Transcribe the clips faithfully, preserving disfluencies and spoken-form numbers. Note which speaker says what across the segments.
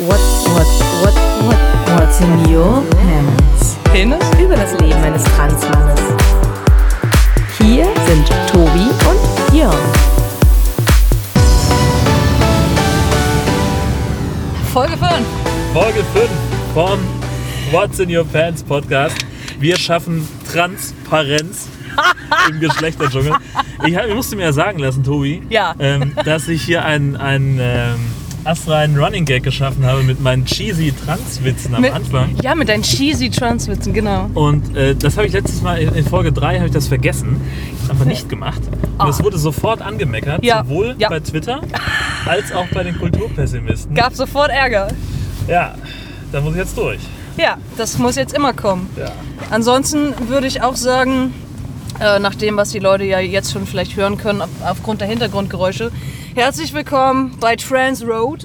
Speaker 1: What, what, what, what, what's in your pants?
Speaker 2: Penis?
Speaker 1: Über das Leben eines Transmannes. Hier sind Tobi und Jörn.
Speaker 2: Folge fünf.
Speaker 3: Folge fünf vom What's in Your Pants Podcast. Wir schaffen Transparenz im Geschlechterdschungel. Ich, hab, ich musste mir ja sagen lassen, Tobi,
Speaker 2: Ja.
Speaker 3: ähm, dass ich hier einen, einen ähm, astreinen Running Gag geschaffen habe mit meinen cheesy Transwitzen am
Speaker 2: Mit,
Speaker 3: Anfang.
Speaker 2: ja, mit deinen cheesy Transwitzen, genau.
Speaker 3: Und äh, das habe ich letztes Mal in, in Folge drei habe ich das vergessen, aber nicht gemacht. Und
Speaker 2: Ah.
Speaker 3: es wurde sofort angemeckert,
Speaker 2: Ja.
Speaker 3: sowohl
Speaker 2: Ja.
Speaker 3: bei Twitter als auch bei den Kulturpessimisten.
Speaker 2: Gab sofort Ärger.
Speaker 3: Ja, da muss ich jetzt durch.
Speaker 2: Ja, das muss jetzt immer kommen.
Speaker 3: Ja.
Speaker 2: Ansonsten würde ich auch sagen, äh, nach dem, was die Leute ja jetzt schon vielleicht hören können, auf, aufgrund der Hintergrundgeräusche, herzlich willkommen bei Trans Road.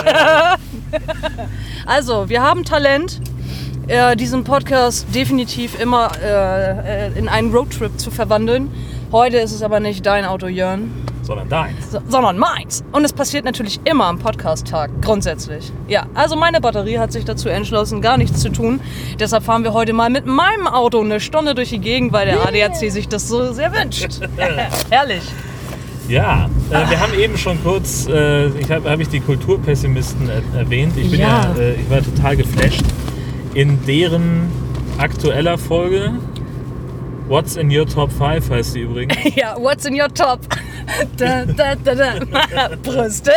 Speaker 2: Also, wir haben Talent, äh, diesen Podcast definitiv immer äh, in einen Roadtrip zu verwandeln. Heute ist es aber nicht dein Auto, Jörn,
Speaker 3: Sondern deins.
Speaker 2: so, sondern meins. Und es passiert natürlich immer am Podcast-Tag, grundsätzlich. Ja, also meine Batterie hat sich dazu entschlossen, gar nichts zu tun. Deshalb fahren wir heute mal mit meinem Auto eine Stunde durch die Gegend, weil der A D A C sich das so sehr wünscht. Herrlich.
Speaker 3: Ja, äh, wir haben eben schon kurz, äh, ich habe hab ich die Kulturpessimisten er erwähnt. Ich bin ja,
Speaker 2: Ja.
Speaker 3: äh, ich war total geflasht in deren aktueller Folge. What's in your top five heißt die übrigens.
Speaker 2: Ja, what's in your top? Da, da, da, da. Brüste.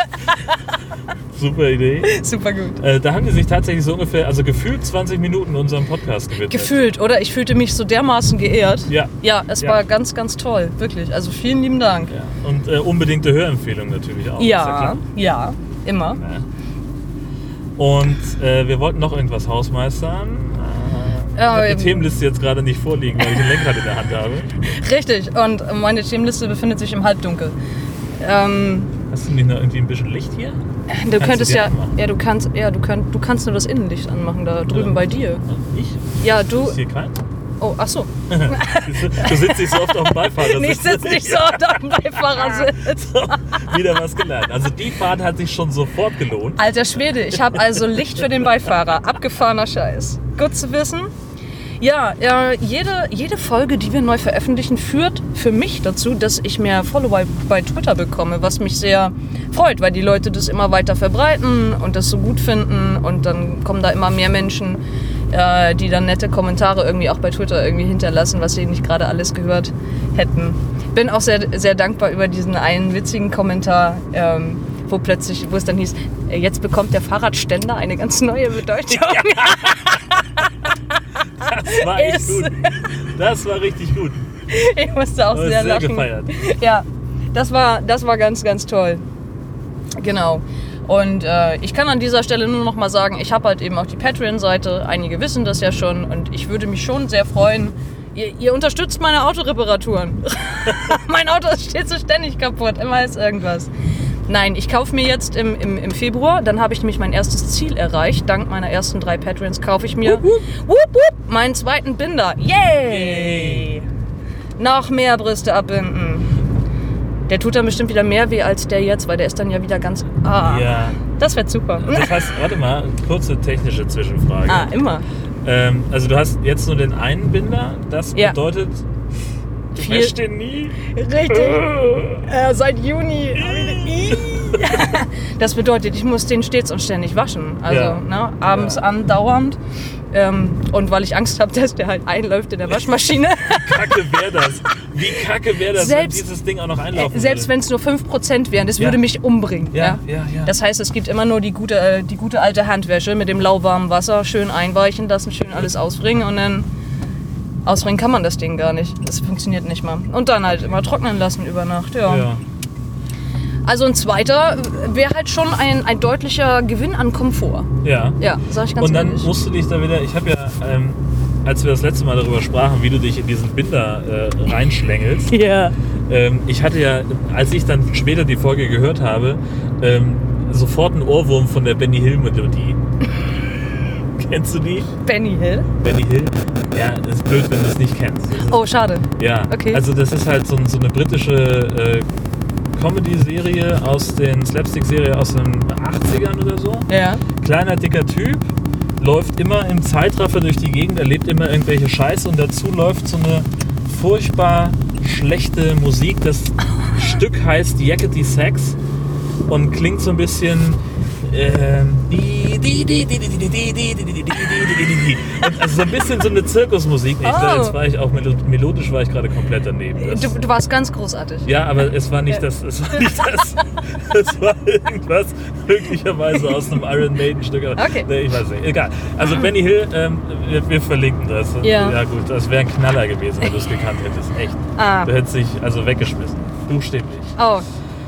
Speaker 3: Super Idee.
Speaker 2: Super gut.
Speaker 3: Äh, da haben die sich tatsächlich so ungefähr, also gefühlt zwanzig Minuten unserem Podcast gewidmet.
Speaker 2: Gefühlt, oder? Ich fühlte mich so dermaßen geehrt.
Speaker 3: Ja.
Speaker 2: Ja, es
Speaker 3: Ja.
Speaker 2: war ganz, ganz toll. Wirklich. Also vielen lieben Dank.
Speaker 3: Ja. Und äh, unbedingte Hörempfehlung natürlich auch. ist
Speaker 2: Ja,
Speaker 3: klar.
Speaker 2: ja, immer.
Speaker 3: Ja. Und äh, wir wollten noch irgendwas hausmeistern. Ich
Speaker 2: Ja,
Speaker 3: habe die
Speaker 2: eben.
Speaker 3: Themenliste jetzt gerade nicht vorliegen, weil ich ein Lenkrad in der Hand habe.
Speaker 2: Richtig. Und meine Themenliste befindet sich im Halbdunkel. Ähm,
Speaker 3: Hast du nicht noch irgendwie ein bisschen Licht hier?
Speaker 2: du
Speaker 3: Kannst
Speaker 2: könntest
Speaker 3: du dir
Speaker 2: ja,
Speaker 3: anmachen?
Speaker 2: ja, du kannst, ja, du kannst, du kannst nur das Innenlicht anmachen da drüben
Speaker 3: Ja.
Speaker 2: bei dir.
Speaker 3: Ich?
Speaker 2: Ja, du.
Speaker 3: Ist hier kein?
Speaker 2: Oh, ach so.
Speaker 3: Du sitzt nicht so oft auf dem Beifahrersitz.
Speaker 2: Ich sitze nicht so auf dem Beifahrersitz.
Speaker 3: Wieder was gelernt. Also die Fahrt hat sich schon sofort gelohnt.
Speaker 2: Alter Schwede, ich habe also Licht für den Beifahrer. Abgefahrener Scheiß. Gut zu wissen. Ja, äh, jede, jede Folge, die wir neu veröffentlichen, führt für mich dazu, dass ich mehr Follower bei Twitter bekomme, was mich sehr freut, weil die Leute das immer weiter verbreiten und das so gut finden und dann kommen da immer mehr Menschen, äh, die dann nette Kommentare irgendwie auch bei Twitter irgendwie hinterlassen, was sie nicht gerade alles gehört hätten. Bin auch sehr, sehr dankbar über diesen einen witzigen Kommentar, ähm, wo plötzlich, wo es dann hieß, äh, jetzt bekommt der Fahrradständer eine ganz neue Bedeutung.
Speaker 3: Das war echt
Speaker 2: Ist-
Speaker 3: gut. Das war richtig gut.
Speaker 2: Ich musste auch
Speaker 3: Aber
Speaker 2: sehr,
Speaker 3: sehr
Speaker 2: lachen.
Speaker 3: gefeiert.
Speaker 2: Ja, das war, das war ganz, ganz toll. Genau. Und äh, ich kann an dieser Stelle nur noch mal sagen, ich habe halt eben auch die Patreon-Seite. Einige wissen das ja schon und ich würde mich schon sehr freuen. Ihr, ihr unterstützt meine Autoreparaturen. Mein Auto steht so ständig kaputt, immer ist irgendwas. Nein, ich kaufe mir jetzt im, im, im Februar, dann habe ich nämlich mein erstes Ziel erreicht. Dank meiner ersten drei Patreons kaufe ich mir
Speaker 3: Wupp, wupp.
Speaker 2: wupp, wupp, meinen zweiten Binder. Yay! Noch mehr Brüste abbinden. Der tut dann bestimmt wieder mehr weh als der jetzt, weil der ist dann ja wieder ganz... Ah,
Speaker 3: Ja.
Speaker 2: das wird super.
Speaker 3: Das heißt, warte mal, kurze technische Zwischenfrage.
Speaker 2: Ah, immer.
Speaker 3: Ähm, also du hast jetzt nur den einen Binder, das
Speaker 2: Ja.
Speaker 3: bedeutet, du
Speaker 2: Viel-
Speaker 3: wäschst den nie.
Speaker 2: Richtig. Äh, seit Juni. Das bedeutet, ich muss den stets und ständig waschen. Also
Speaker 3: Ja.
Speaker 2: ne, abends
Speaker 3: Ja.
Speaker 2: andauernd. Ähm, und weil ich Angst habe, dass der halt einläuft in der Waschmaschine.
Speaker 3: Kacke wäre das. Wie kacke wäre das,
Speaker 2: Selbst-
Speaker 3: wenn dieses Ding auch noch einlaufen
Speaker 2: Äh, Selbst
Speaker 3: würde?
Speaker 2: wenn es nur fünf Prozent wären, das
Speaker 3: Ja.
Speaker 2: würde mich umbringen.
Speaker 3: Ja, ja, ja.
Speaker 2: Das heißt, es gibt immer nur die gute, äh, die gute alte Handwäsche mit dem lauwarmen Wasser. Schön einweichen lassen, schön alles ausbringen und dann... Ausbringen kann man das Ding gar nicht. Das funktioniert nicht mal. Und dann halt immer trocknen lassen über Nacht. Ja.
Speaker 3: Ja.
Speaker 2: Also ein zweiter wäre halt schon ein, ein deutlicher Gewinn an Komfort.
Speaker 3: Ja.
Speaker 2: Ja, sag ich ganz
Speaker 3: Und dann
Speaker 2: ehrlich.
Speaker 3: musst du dich da wieder, ich habe ja, ähm, als wir das letzte Mal darüber sprachen, wie du dich in diesen Binder äh, reinschlängelst,
Speaker 2: Ja.
Speaker 3: ähm, ich hatte ja, als ich dann später die Folge gehört habe, ähm, sofort einen Ohrwurm von der Benny Hill Melodie. Kennst du die?
Speaker 2: Benny Hill.
Speaker 3: Benny Hill? Ja, das ist blöd, wenn du es nicht kennst. Das ist,
Speaker 2: Oh, schade.
Speaker 3: ja,
Speaker 2: okay.
Speaker 3: also das ist halt so, so eine britische äh, Comedy-Serie aus den Slapstick-Serie aus den achtzigern oder so.
Speaker 2: Ja.
Speaker 3: Kleiner, dicker Typ, läuft immer im Zeitraffer durch die Gegend, erlebt immer irgendwelche Scheiße und dazu läuft so eine furchtbar schlechte Musik. Das Stück heißt Yakety Sax und klingt so ein bisschen also so ein bisschen so eine Zirkusmusik. Ich,
Speaker 2: oh.
Speaker 3: Jetzt war ich auch melodisch war ich gerade komplett daneben. Das,
Speaker 2: du, du warst ganz großartig.
Speaker 3: ja, aber es war nicht das. Es war nicht das. Es war irgendwas möglicherweise aus einem Iron Maiden Stück.
Speaker 2: Okay.
Speaker 3: Nee, ich weiß nicht. Egal. Also Benny Hill, ähm, wir, wir verlinken das.
Speaker 2: Ja.
Speaker 3: Ja gut, das wäre ein Knaller gewesen, wenn du es gekannt hättest. Echt.
Speaker 2: Ah.
Speaker 3: Du hättest dich also weggeschmissen. Buchstäblich.
Speaker 2: Oh.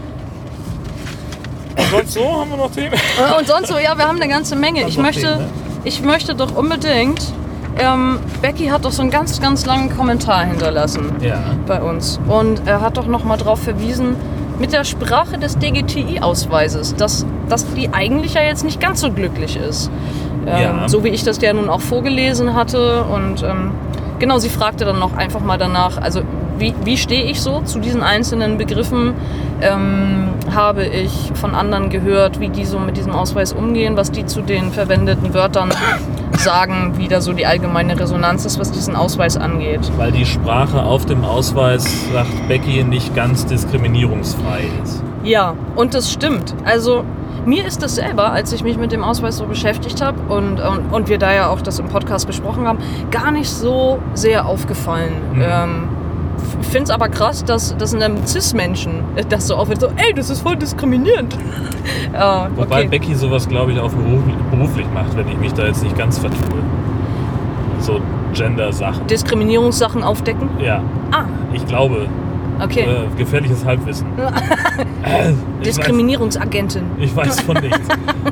Speaker 3: Und sonst so haben wir noch Themen.
Speaker 2: Und sonst so, ja, wir haben eine ganze Menge. Ich möchte,
Speaker 3: Themen, ne?
Speaker 2: ich möchte doch unbedingt, ähm, Becky hat doch so einen ganz, ganz langen Kommentar hinterlassen
Speaker 3: Ja.
Speaker 2: bei uns. Und er hat doch nochmal darauf verwiesen, mit der Sprache des D G T I-Ausweises, dass, dass die eigentlich ja jetzt nicht ganz so glücklich ist. Ähm,
Speaker 3: Ja.
Speaker 2: So wie ich das ja nun auch vorgelesen hatte. Und ähm, genau, sie fragte dann noch einfach mal danach, also wie, wie stehe ich so zu diesen einzelnen Begriffen? Ähm, habe ich von anderen gehört, wie die so mit diesem Ausweis umgehen, was die zu den verwendeten Wörtern sagen, wie da so die allgemeine Resonanz ist, was diesen Ausweis angeht.
Speaker 3: Weil die Sprache auf dem Ausweis, sagt Becky, nicht ganz diskriminierungsfrei ist.
Speaker 2: Ja, und das stimmt. Also mir ist das selber, als ich mich mit dem Ausweis so beschäftigt habe und, und, und wir da ja auch das im Podcast besprochen haben, gar nicht so sehr aufgefallen.
Speaker 3: Mhm.
Speaker 2: Ähm, Ich finde es aber krass, dass, dass in einem Cis-Menschen das so auffällt, so, ey, das ist voll diskriminierend. Ja,
Speaker 3: Wobei
Speaker 2: okay.
Speaker 3: Becky sowas, glaube ich, auch beruflich, beruflich macht, wenn ich mich da jetzt nicht ganz vertue. So Gender-Sachen.
Speaker 2: Diskriminierungssachen aufdecken?
Speaker 3: Ja,
Speaker 2: Ah,
Speaker 3: ich glaube.
Speaker 2: okay.
Speaker 3: Äh, gefährliches Halbwissen. äh, ich
Speaker 2: Diskriminierungsagentin.
Speaker 3: Weiß, ich weiß von nichts.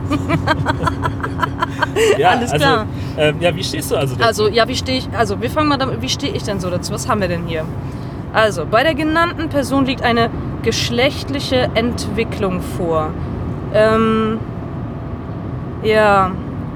Speaker 3: ja,
Speaker 2: Alles
Speaker 3: also,
Speaker 2: klar.
Speaker 3: Ähm, ja, wie stehst du also dazu?
Speaker 2: Also, ja, wie stehe ich, also wir fangen mal damit, wie stehe ich denn so dazu? Was haben wir denn hier? Also, bei der genannten Person liegt eine geschlechtliche Entwicklung vor. Ähm, ja.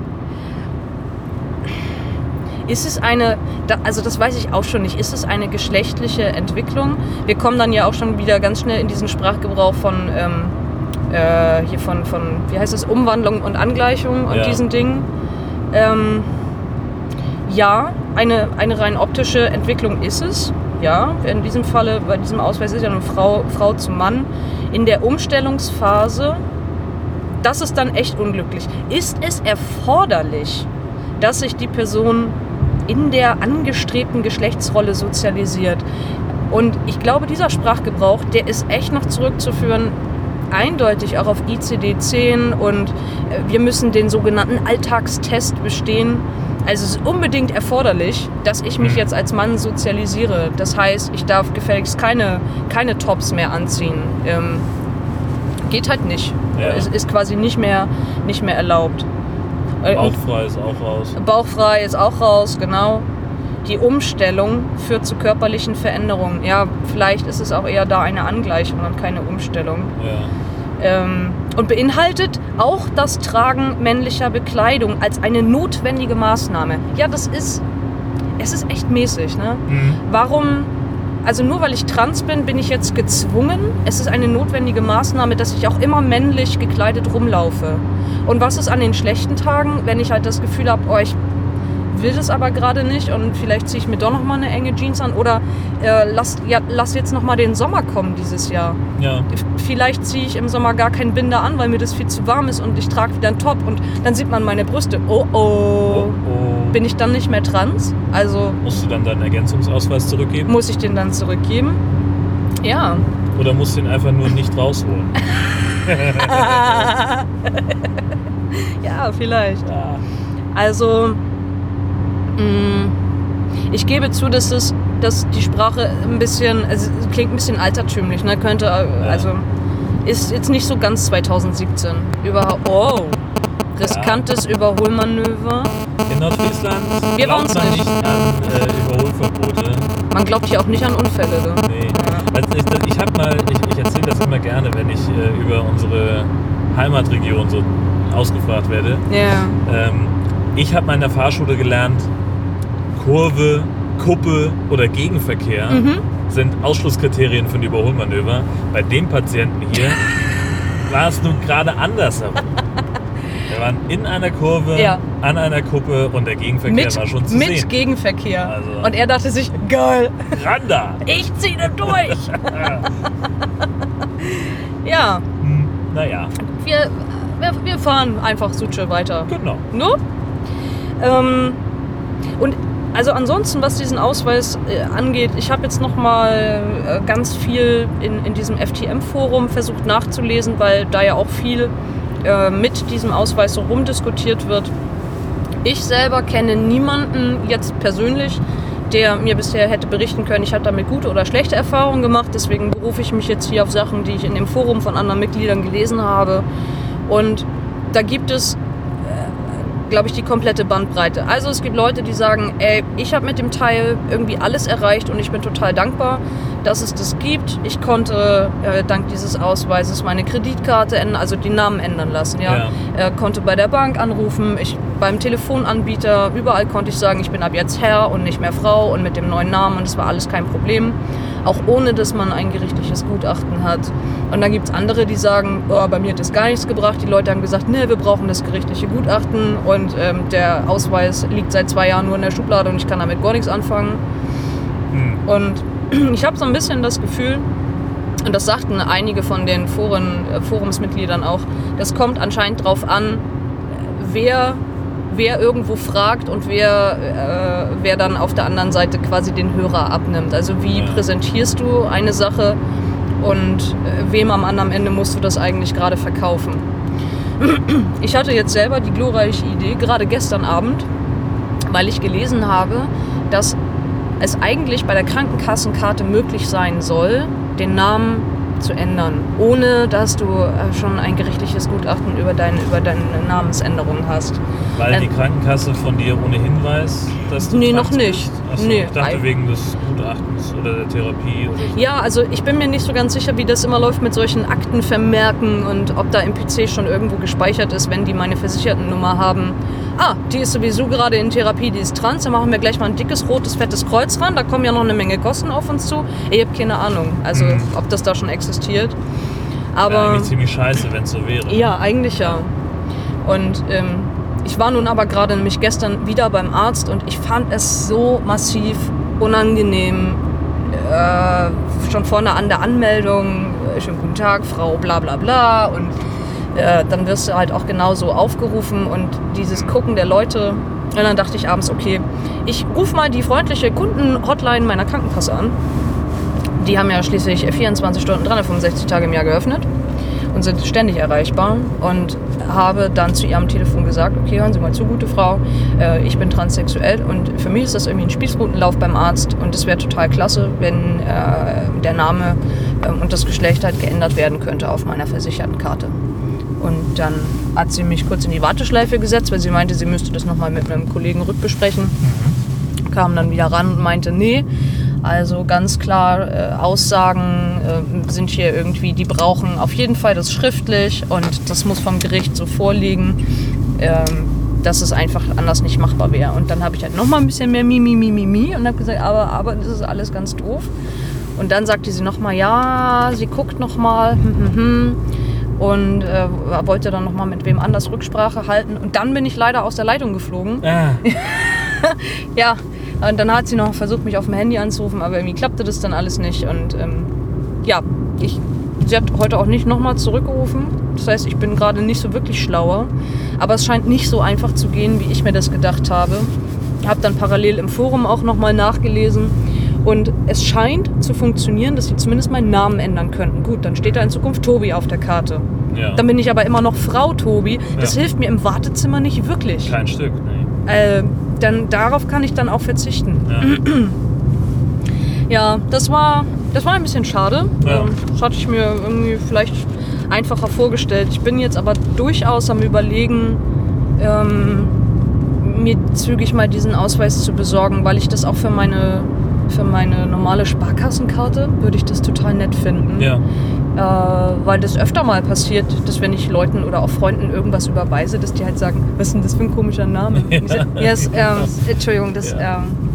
Speaker 2: Ist es eine, also das weiß ich auch schon nicht, ist es eine geschlechtliche Entwicklung? Wir kommen dann ja auch schon wieder ganz schnell in diesen Sprachgebrauch von, ähm, äh, hier von, von, wie heißt es, Umwandlung und Angleichung und
Speaker 3: Ja.
Speaker 2: diesen Dingen. Ähm, ja, eine, eine rein optische Entwicklung ist es. Ja, in diesem Falle, bei diesem Ausweis ist ja eine Frau, Frau zum Mann. In der Umstellungsphase, das ist dann echt unglücklich. Ist es erforderlich, dass sich die Person in der angestrebten Geschlechtsrolle sozialisiert? Und ich glaube, dieser Sprachgebrauch, der ist echt noch zurückzuführen, eindeutig auch auf I C D zehn und wir müssen den sogenannten Alltagstest bestehen. Also es ist unbedingt erforderlich, dass ich mich jetzt als Mann sozialisiere. Das heißt, ich darf gefälligst keine, keine Tops mehr anziehen. Ähm, geht halt nicht.
Speaker 3: Ja.
Speaker 2: Es ist quasi nicht mehr, nicht mehr erlaubt. Äh,
Speaker 3: Bauchfrei ist auch raus.
Speaker 2: Bauchfrei ist auch raus, genau. Die Umstellung führt zu körperlichen Veränderungen. Ja, vielleicht ist es auch eher da eine Angleichung und keine Umstellung.
Speaker 3: Ja.
Speaker 2: Ähm, und beinhaltet auch das Tragen männlicher Bekleidung als eine notwendige Maßnahme. Ja, das ist, es ist echt mäßig, ne?
Speaker 3: Mhm.
Speaker 2: Warum, also nur weil ich trans bin, bin ich jetzt gezwungen? Es ist eine notwendige Maßnahme, dass ich auch immer männlich gekleidet rumlaufe. Und was ist an den schlechten Tagen, wenn ich halt das Gefühl habe, oh, ich will das aber gerade nicht und vielleicht ziehe ich mir doch noch mal eine enge Jeans an oder äh, lass, ja, lass jetzt noch mal den Sommer kommen dieses Jahr.
Speaker 3: Ja.
Speaker 2: Vielleicht ziehe ich im Sommer gar keinen Binder an, weil mir das viel zu warm ist und ich trage wieder einen Top und dann sieht man meine Brüste. Oh oh.
Speaker 3: Oh, oh.
Speaker 2: Bin ich dann nicht mehr trans? Also
Speaker 3: Musst du dann deinen Ergänzungsausweis zurückgeben?
Speaker 2: muss ich den dann zurückgeben? Ja.
Speaker 3: Oder musst du ihn einfach nur nicht rausholen?
Speaker 2: Ja, vielleicht.
Speaker 3: Ja.
Speaker 2: Also, mh, ich gebe zu, dass, es, dass die Sprache ein bisschen, also es klingt ein bisschen altertümlich, ne? Könnte, also ist jetzt nicht so ganz zwanzig siebzehn. Über, oh, riskantes Überholmanöver.
Speaker 3: In Nordfriesland
Speaker 2: Wir
Speaker 3: glaubt
Speaker 2: waren's
Speaker 3: man
Speaker 2: nicht.
Speaker 3: nicht an äh, Überholverbote.
Speaker 2: Man glaubt hier auch nicht an Unfälle. Ne?
Speaker 3: Nee. Also ich ich, hab mal, ich, ich erzähle das immer gerne, wenn ich äh, über unsere Heimatregion so ausgefragt werde.
Speaker 2: Ja.
Speaker 3: Ähm, ich habe mal in der Fahrschule gelernt, Kurve, Kuppe oder Gegenverkehr
Speaker 2: Mhm.
Speaker 3: sind Ausschlusskriterien für ein Überholmanöver. Bei dem Patienten hier war es nun gerade andersherum. Wir waren in einer Kurve,
Speaker 2: Ja.
Speaker 3: an einer Kuppe und der Gegenverkehr
Speaker 2: Mit,
Speaker 3: war schon zu
Speaker 2: mit
Speaker 3: sehen.
Speaker 2: Gegenverkehr.
Speaker 3: Also-
Speaker 2: Und er dachte sich, geil,
Speaker 3: Ran da!
Speaker 2: ich zieh da durch. Ja,
Speaker 3: Hm, naja,
Speaker 2: wir, wir, wir fahren einfach Suche weiter.
Speaker 3: genau.
Speaker 2: No? Ähm, und also ansonsten, was diesen Ausweis äh, angeht, ich habe jetzt nochmal äh, ganz viel in, in diesem F T M-Forum versucht nachzulesen, weil da ja auch viel äh, mit diesem Ausweis so rumdiskutiert wird. Ich selber kenne niemanden jetzt persönlich, der mir bisher hätte berichten können, ich habe damit gute oder schlechte Erfahrungen gemacht. Deswegen berufe ich mich jetzt hier auf Sachen, die ich in dem Forum von anderen Mitgliedern gelesen habe. Und da gibt es, äh, glaube ich, die komplette Bandbreite. Also es gibt Leute, die sagen, ey, ich habe mit dem Teil irgendwie alles erreicht und ich bin total dankbar, dass es das gibt. Ich konnte äh, dank dieses Ausweises meine Kreditkarte ändern, also die Namen ändern lassen. Ja?
Speaker 3: Ja.
Speaker 2: Äh, konnte bei der Bank anrufen, ich beim Telefonanbieter, überall konnte ich sagen, ich bin ab jetzt Herr und nicht mehr Frau und mit dem neuen Namen und es war alles kein Problem. Auch ohne, dass man ein gerichtliches Gutachten hat. Und dann gibt es andere, die sagen, oh, bei mir hat das gar nichts gebracht. Die Leute haben gesagt, nee, wir brauchen das gerichtliche Gutachten und ähm, der Ausweis liegt seit zwei Jahren nur in der Schublade und ich kann damit gar nichts anfangen.
Speaker 3: Hm.
Speaker 2: Und ich habe so ein bisschen das Gefühl, und das sagten einige von den Foren, äh, Forumsmitgliedern auch, das kommt anscheinend drauf an, wer, wer irgendwo fragt und wer, äh, wer dann auf der anderen Seite quasi den Hörer abnimmt. Also wie
Speaker 3: Ja.
Speaker 2: präsentierst du eine Sache und äh, wem am anderen Ende musst du das eigentlich gerade verkaufen? Ich hatte jetzt selber die glorreiche Idee, gerade gestern Abend, weil ich gelesen habe, dass es eigentlich bei der Krankenkassenkarte möglich sein soll, den Namen zu ändern, ohne dass du äh, schon ein gerichtliches Gutachten über, dein, über deine Namensänderung hast.
Speaker 3: Weil
Speaker 2: Ähm,
Speaker 3: die Krankenkasse von dir ohnehin weiß, dass du
Speaker 2: Nee,
Speaker 3: trans
Speaker 2: noch nicht.
Speaker 3: bist? Achso,
Speaker 2: Nee.
Speaker 3: ich dachte wegen des Gutachtens oder der Therapie oder so.
Speaker 2: Ja, also ich bin mir nicht so ganz sicher, wie das immer läuft mit solchen Aktenvermerken und ob da im P C schon irgendwo gespeichert ist, wenn die meine Versichertennummer haben. Ah, die ist sowieso gerade in Therapie, die ist trans, da machen wir gleich mal ein dickes, rotes, fettes Kreuz ran, da kommen ja noch eine Menge Kosten auf uns zu. Ich habe keine Ahnung, also
Speaker 3: Mhm.
Speaker 2: ob das da schon existiert.
Speaker 3: Wäre
Speaker 2: Aber
Speaker 3: eigentlich ziemlich scheiße, wenn es so wäre.
Speaker 2: ja, eigentlich ja. Und ähm, ich war nun aber gerade nämlich gestern wieder beim Arzt und ich fand es so massiv unangenehm. Äh, schon vorne an der Anmeldung, äh, schönen guten Tag, Frau bla bla bla. Und äh, dann wirst du halt auch genauso aufgerufen und dieses Gucken der Leute. Und dann dachte ich abends, okay, ich rufe mal die freundliche Kunden-Hotline meiner Krankenkasse an. Die haben ja schließlich vierundzwanzig Stunden, dreihundertfünfundsechzig Tage im Jahr geöffnet und sind ständig erreichbar und habe dann zu ihr am Telefon gesagt, okay, hören Sie mal zu, gute Frau, äh, ich bin transsexuell und für mich ist das irgendwie ein Spießrutenlauf beim Arzt und es wäre total klasse, wenn äh, der Name äh, und das Geschlecht halt geändert werden könnte auf meiner Versichertenkarte. Und dann hat sie mich kurz in die Warteschleife gesetzt, weil sie meinte, sie müsste das nochmal mit einem Kollegen rückbesprechen. Kam dann wieder ran und meinte, nee, also ganz klar, äh, Aussagen äh, sind hier irgendwie, die brauchen auf jeden Fall das schriftlich und das muss vom Gericht so vorliegen, ähm, dass es einfach anders nicht machbar wäre. Und dann habe ich halt nochmal ein bisschen mehr Mimi, Mimi, Mimi und habe gesagt, aber, aber das ist alles ganz doof. Und dann sagte sie nochmal, ja, sie guckt nochmal, hm, hm, hm. Und äh, wollte dann nochmal mit wem anders Rücksprache halten. Und dann bin ich leider aus der Leitung geflogen.
Speaker 3: Ah,
Speaker 2: Ja, und dann hat sie noch versucht, mich auf dem Handy anzurufen, aber irgendwie klappte das dann alles nicht. Und ähm, ja, ich, sie hat heute auch nicht nochmal zurückgerufen. Das heißt, ich bin gerade nicht so wirklich schlauer. Aber es scheint nicht so einfach zu gehen, wie ich mir das gedacht habe. Habe dann parallel im Forum auch nochmal nachgelesen. Und es scheint zu funktionieren, dass sie zumindest meinen Namen ändern könnten. Gut, dann steht da in Zukunft Tobi auf der Karte.
Speaker 3: ja.
Speaker 2: Dann bin ich aber immer noch Frau Tobi. Das
Speaker 3: Ja.
Speaker 2: hilft mir im Wartezimmer nicht wirklich.
Speaker 3: Kein Stück, nee.
Speaker 2: Äh, dann, darauf kann ich dann auch verzichten.
Speaker 3: Ja.
Speaker 2: Ja, das war, das war ein bisschen schade.
Speaker 3: Ja.
Speaker 2: Ähm, Das hatte ich mir irgendwie vielleicht einfacher vorgestellt. Ich bin jetzt aber durchaus am Überlegen, ähm, mir zügig mal diesen Ausweis zu besorgen, weil ich das auch für meine, für meine normale Sparkassenkarte würde ich das total nett finden.
Speaker 3: Ja.
Speaker 2: Äh, weil das öfter mal passiert, dass wenn ich Leuten oder auch Freunden irgendwas überweise, dass die halt sagen, was ist denn das für ein komischer Name?
Speaker 3: Ja.
Speaker 2: Ich sag, yes, ähm, Entschuldigung, das,
Speaker 3: Ja.
Speaker 2: ähm,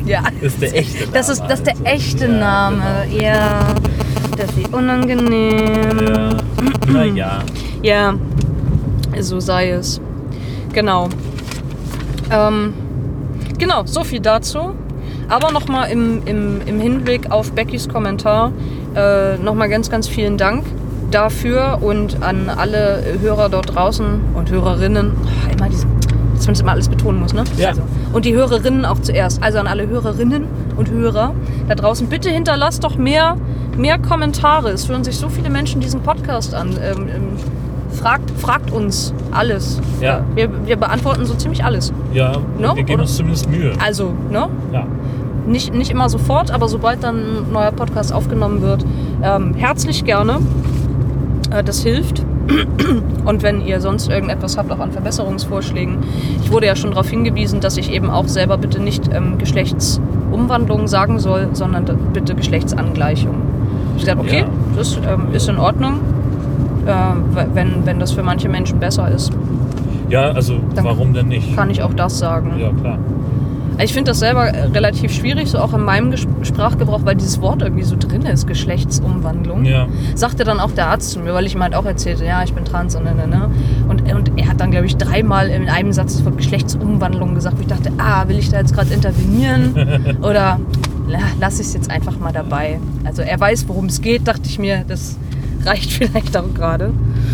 Speaker 2: Ja.
Speaker 3: Ist der echte Name.
Speaker 2: Das ist, das ist der
Speaker 3: also.
Speaker 2: echte
Speaker 3: ja,
Speaker 2: Name.
Speaker 3: Genau.
Speaker 2: Ja. Das ist wie unangenehm.
Speaker 3: Ja. Naja.
Speaker 2: Ja, so sei es. Genau. Ähm, genau, so viel dazu. Aber nochmal im, im, im Hinblick auf Beckys Kommentar äh, nochmal ganz, ganz vielen Dank dafür und an alle Hörer dort draußen und Hörerinnen. Oh, immer diese, dass man das immer alles betonen muss, ne?
Speaker 3: Ja.
Speaker 2: Also, und die Hörerinnen auch zuerst. Also an alle Hörerinnen und Hörer da draußen. Bitte hinterlasst doch mehr, mehr Kommentare. Es hören sich so viele Menschen diesen Podcast an. Ähm, ähm, fragt, fragt uns alles.
Speaker 3: Ja.
Speaker 2: Wir, wir beantworten so ziemlich alles.
Speaker 3: Ja,
Speaker 2: No?
Speaker 3: wir geben
Speaker 2: Oder?
Speaker 3: uns zumindest Mühe.
Speaker 2: Also, ne?
Speaker 3: Ja.
Speaker 2: Nicht, nicht immer sofort, aber sobald dann ein neuer Podcast aufgenommen wird, ähm, herzlich gerne. Äh, das hilft. Und wenn ihr sonst irgendetwas habt, auch an Verbesserungsvorschlägen. Ich wurde ja schon darauf hingewiesen, dass ich eben auch selber bitte nicht ähm, Geschlechtsumwandlung sagen soll, sondern d- bitte Geschlechtsangleichung. Ich dachte, okay,
Speaker 3: Ja.
Speaker 2: das ähm, ist in Ordnung, äh, wenn, wenn das für manche Menschen besser ist.
Speaker 3: Ja, also
Speaker 2: Dann
Speaker 3: warum denn nicht?
Speaker 2: Kann ich auch das sagen.
Speaker 3: Ja, klar.
Speaker 2: Ich finde das selber relativ schwierig, so auch in meinem Ges- Sprachgebrauch, weil dieses Wort irgendwie so drin ist, Geschlechtsumwandlung.
Speaker 3: Ja.
Speaker 2: Sagte dann auch der Arzt zu mir, weil ich ihm halt auch erzählte, ja, ich bin trans und ne, ne, ne. Und, und er hat dann, glaube ich, dreimal in einem Satz das Wort Geschlechtsumwandlung gesagt, wo ich dachte, ah, will ich da jetzt gerade intervenieren? Oder na, lass ich es jetzt einfach mal dabei. Also er weiß, worum es geht, dachte ich mir, das reicht vielleicht auch gerade.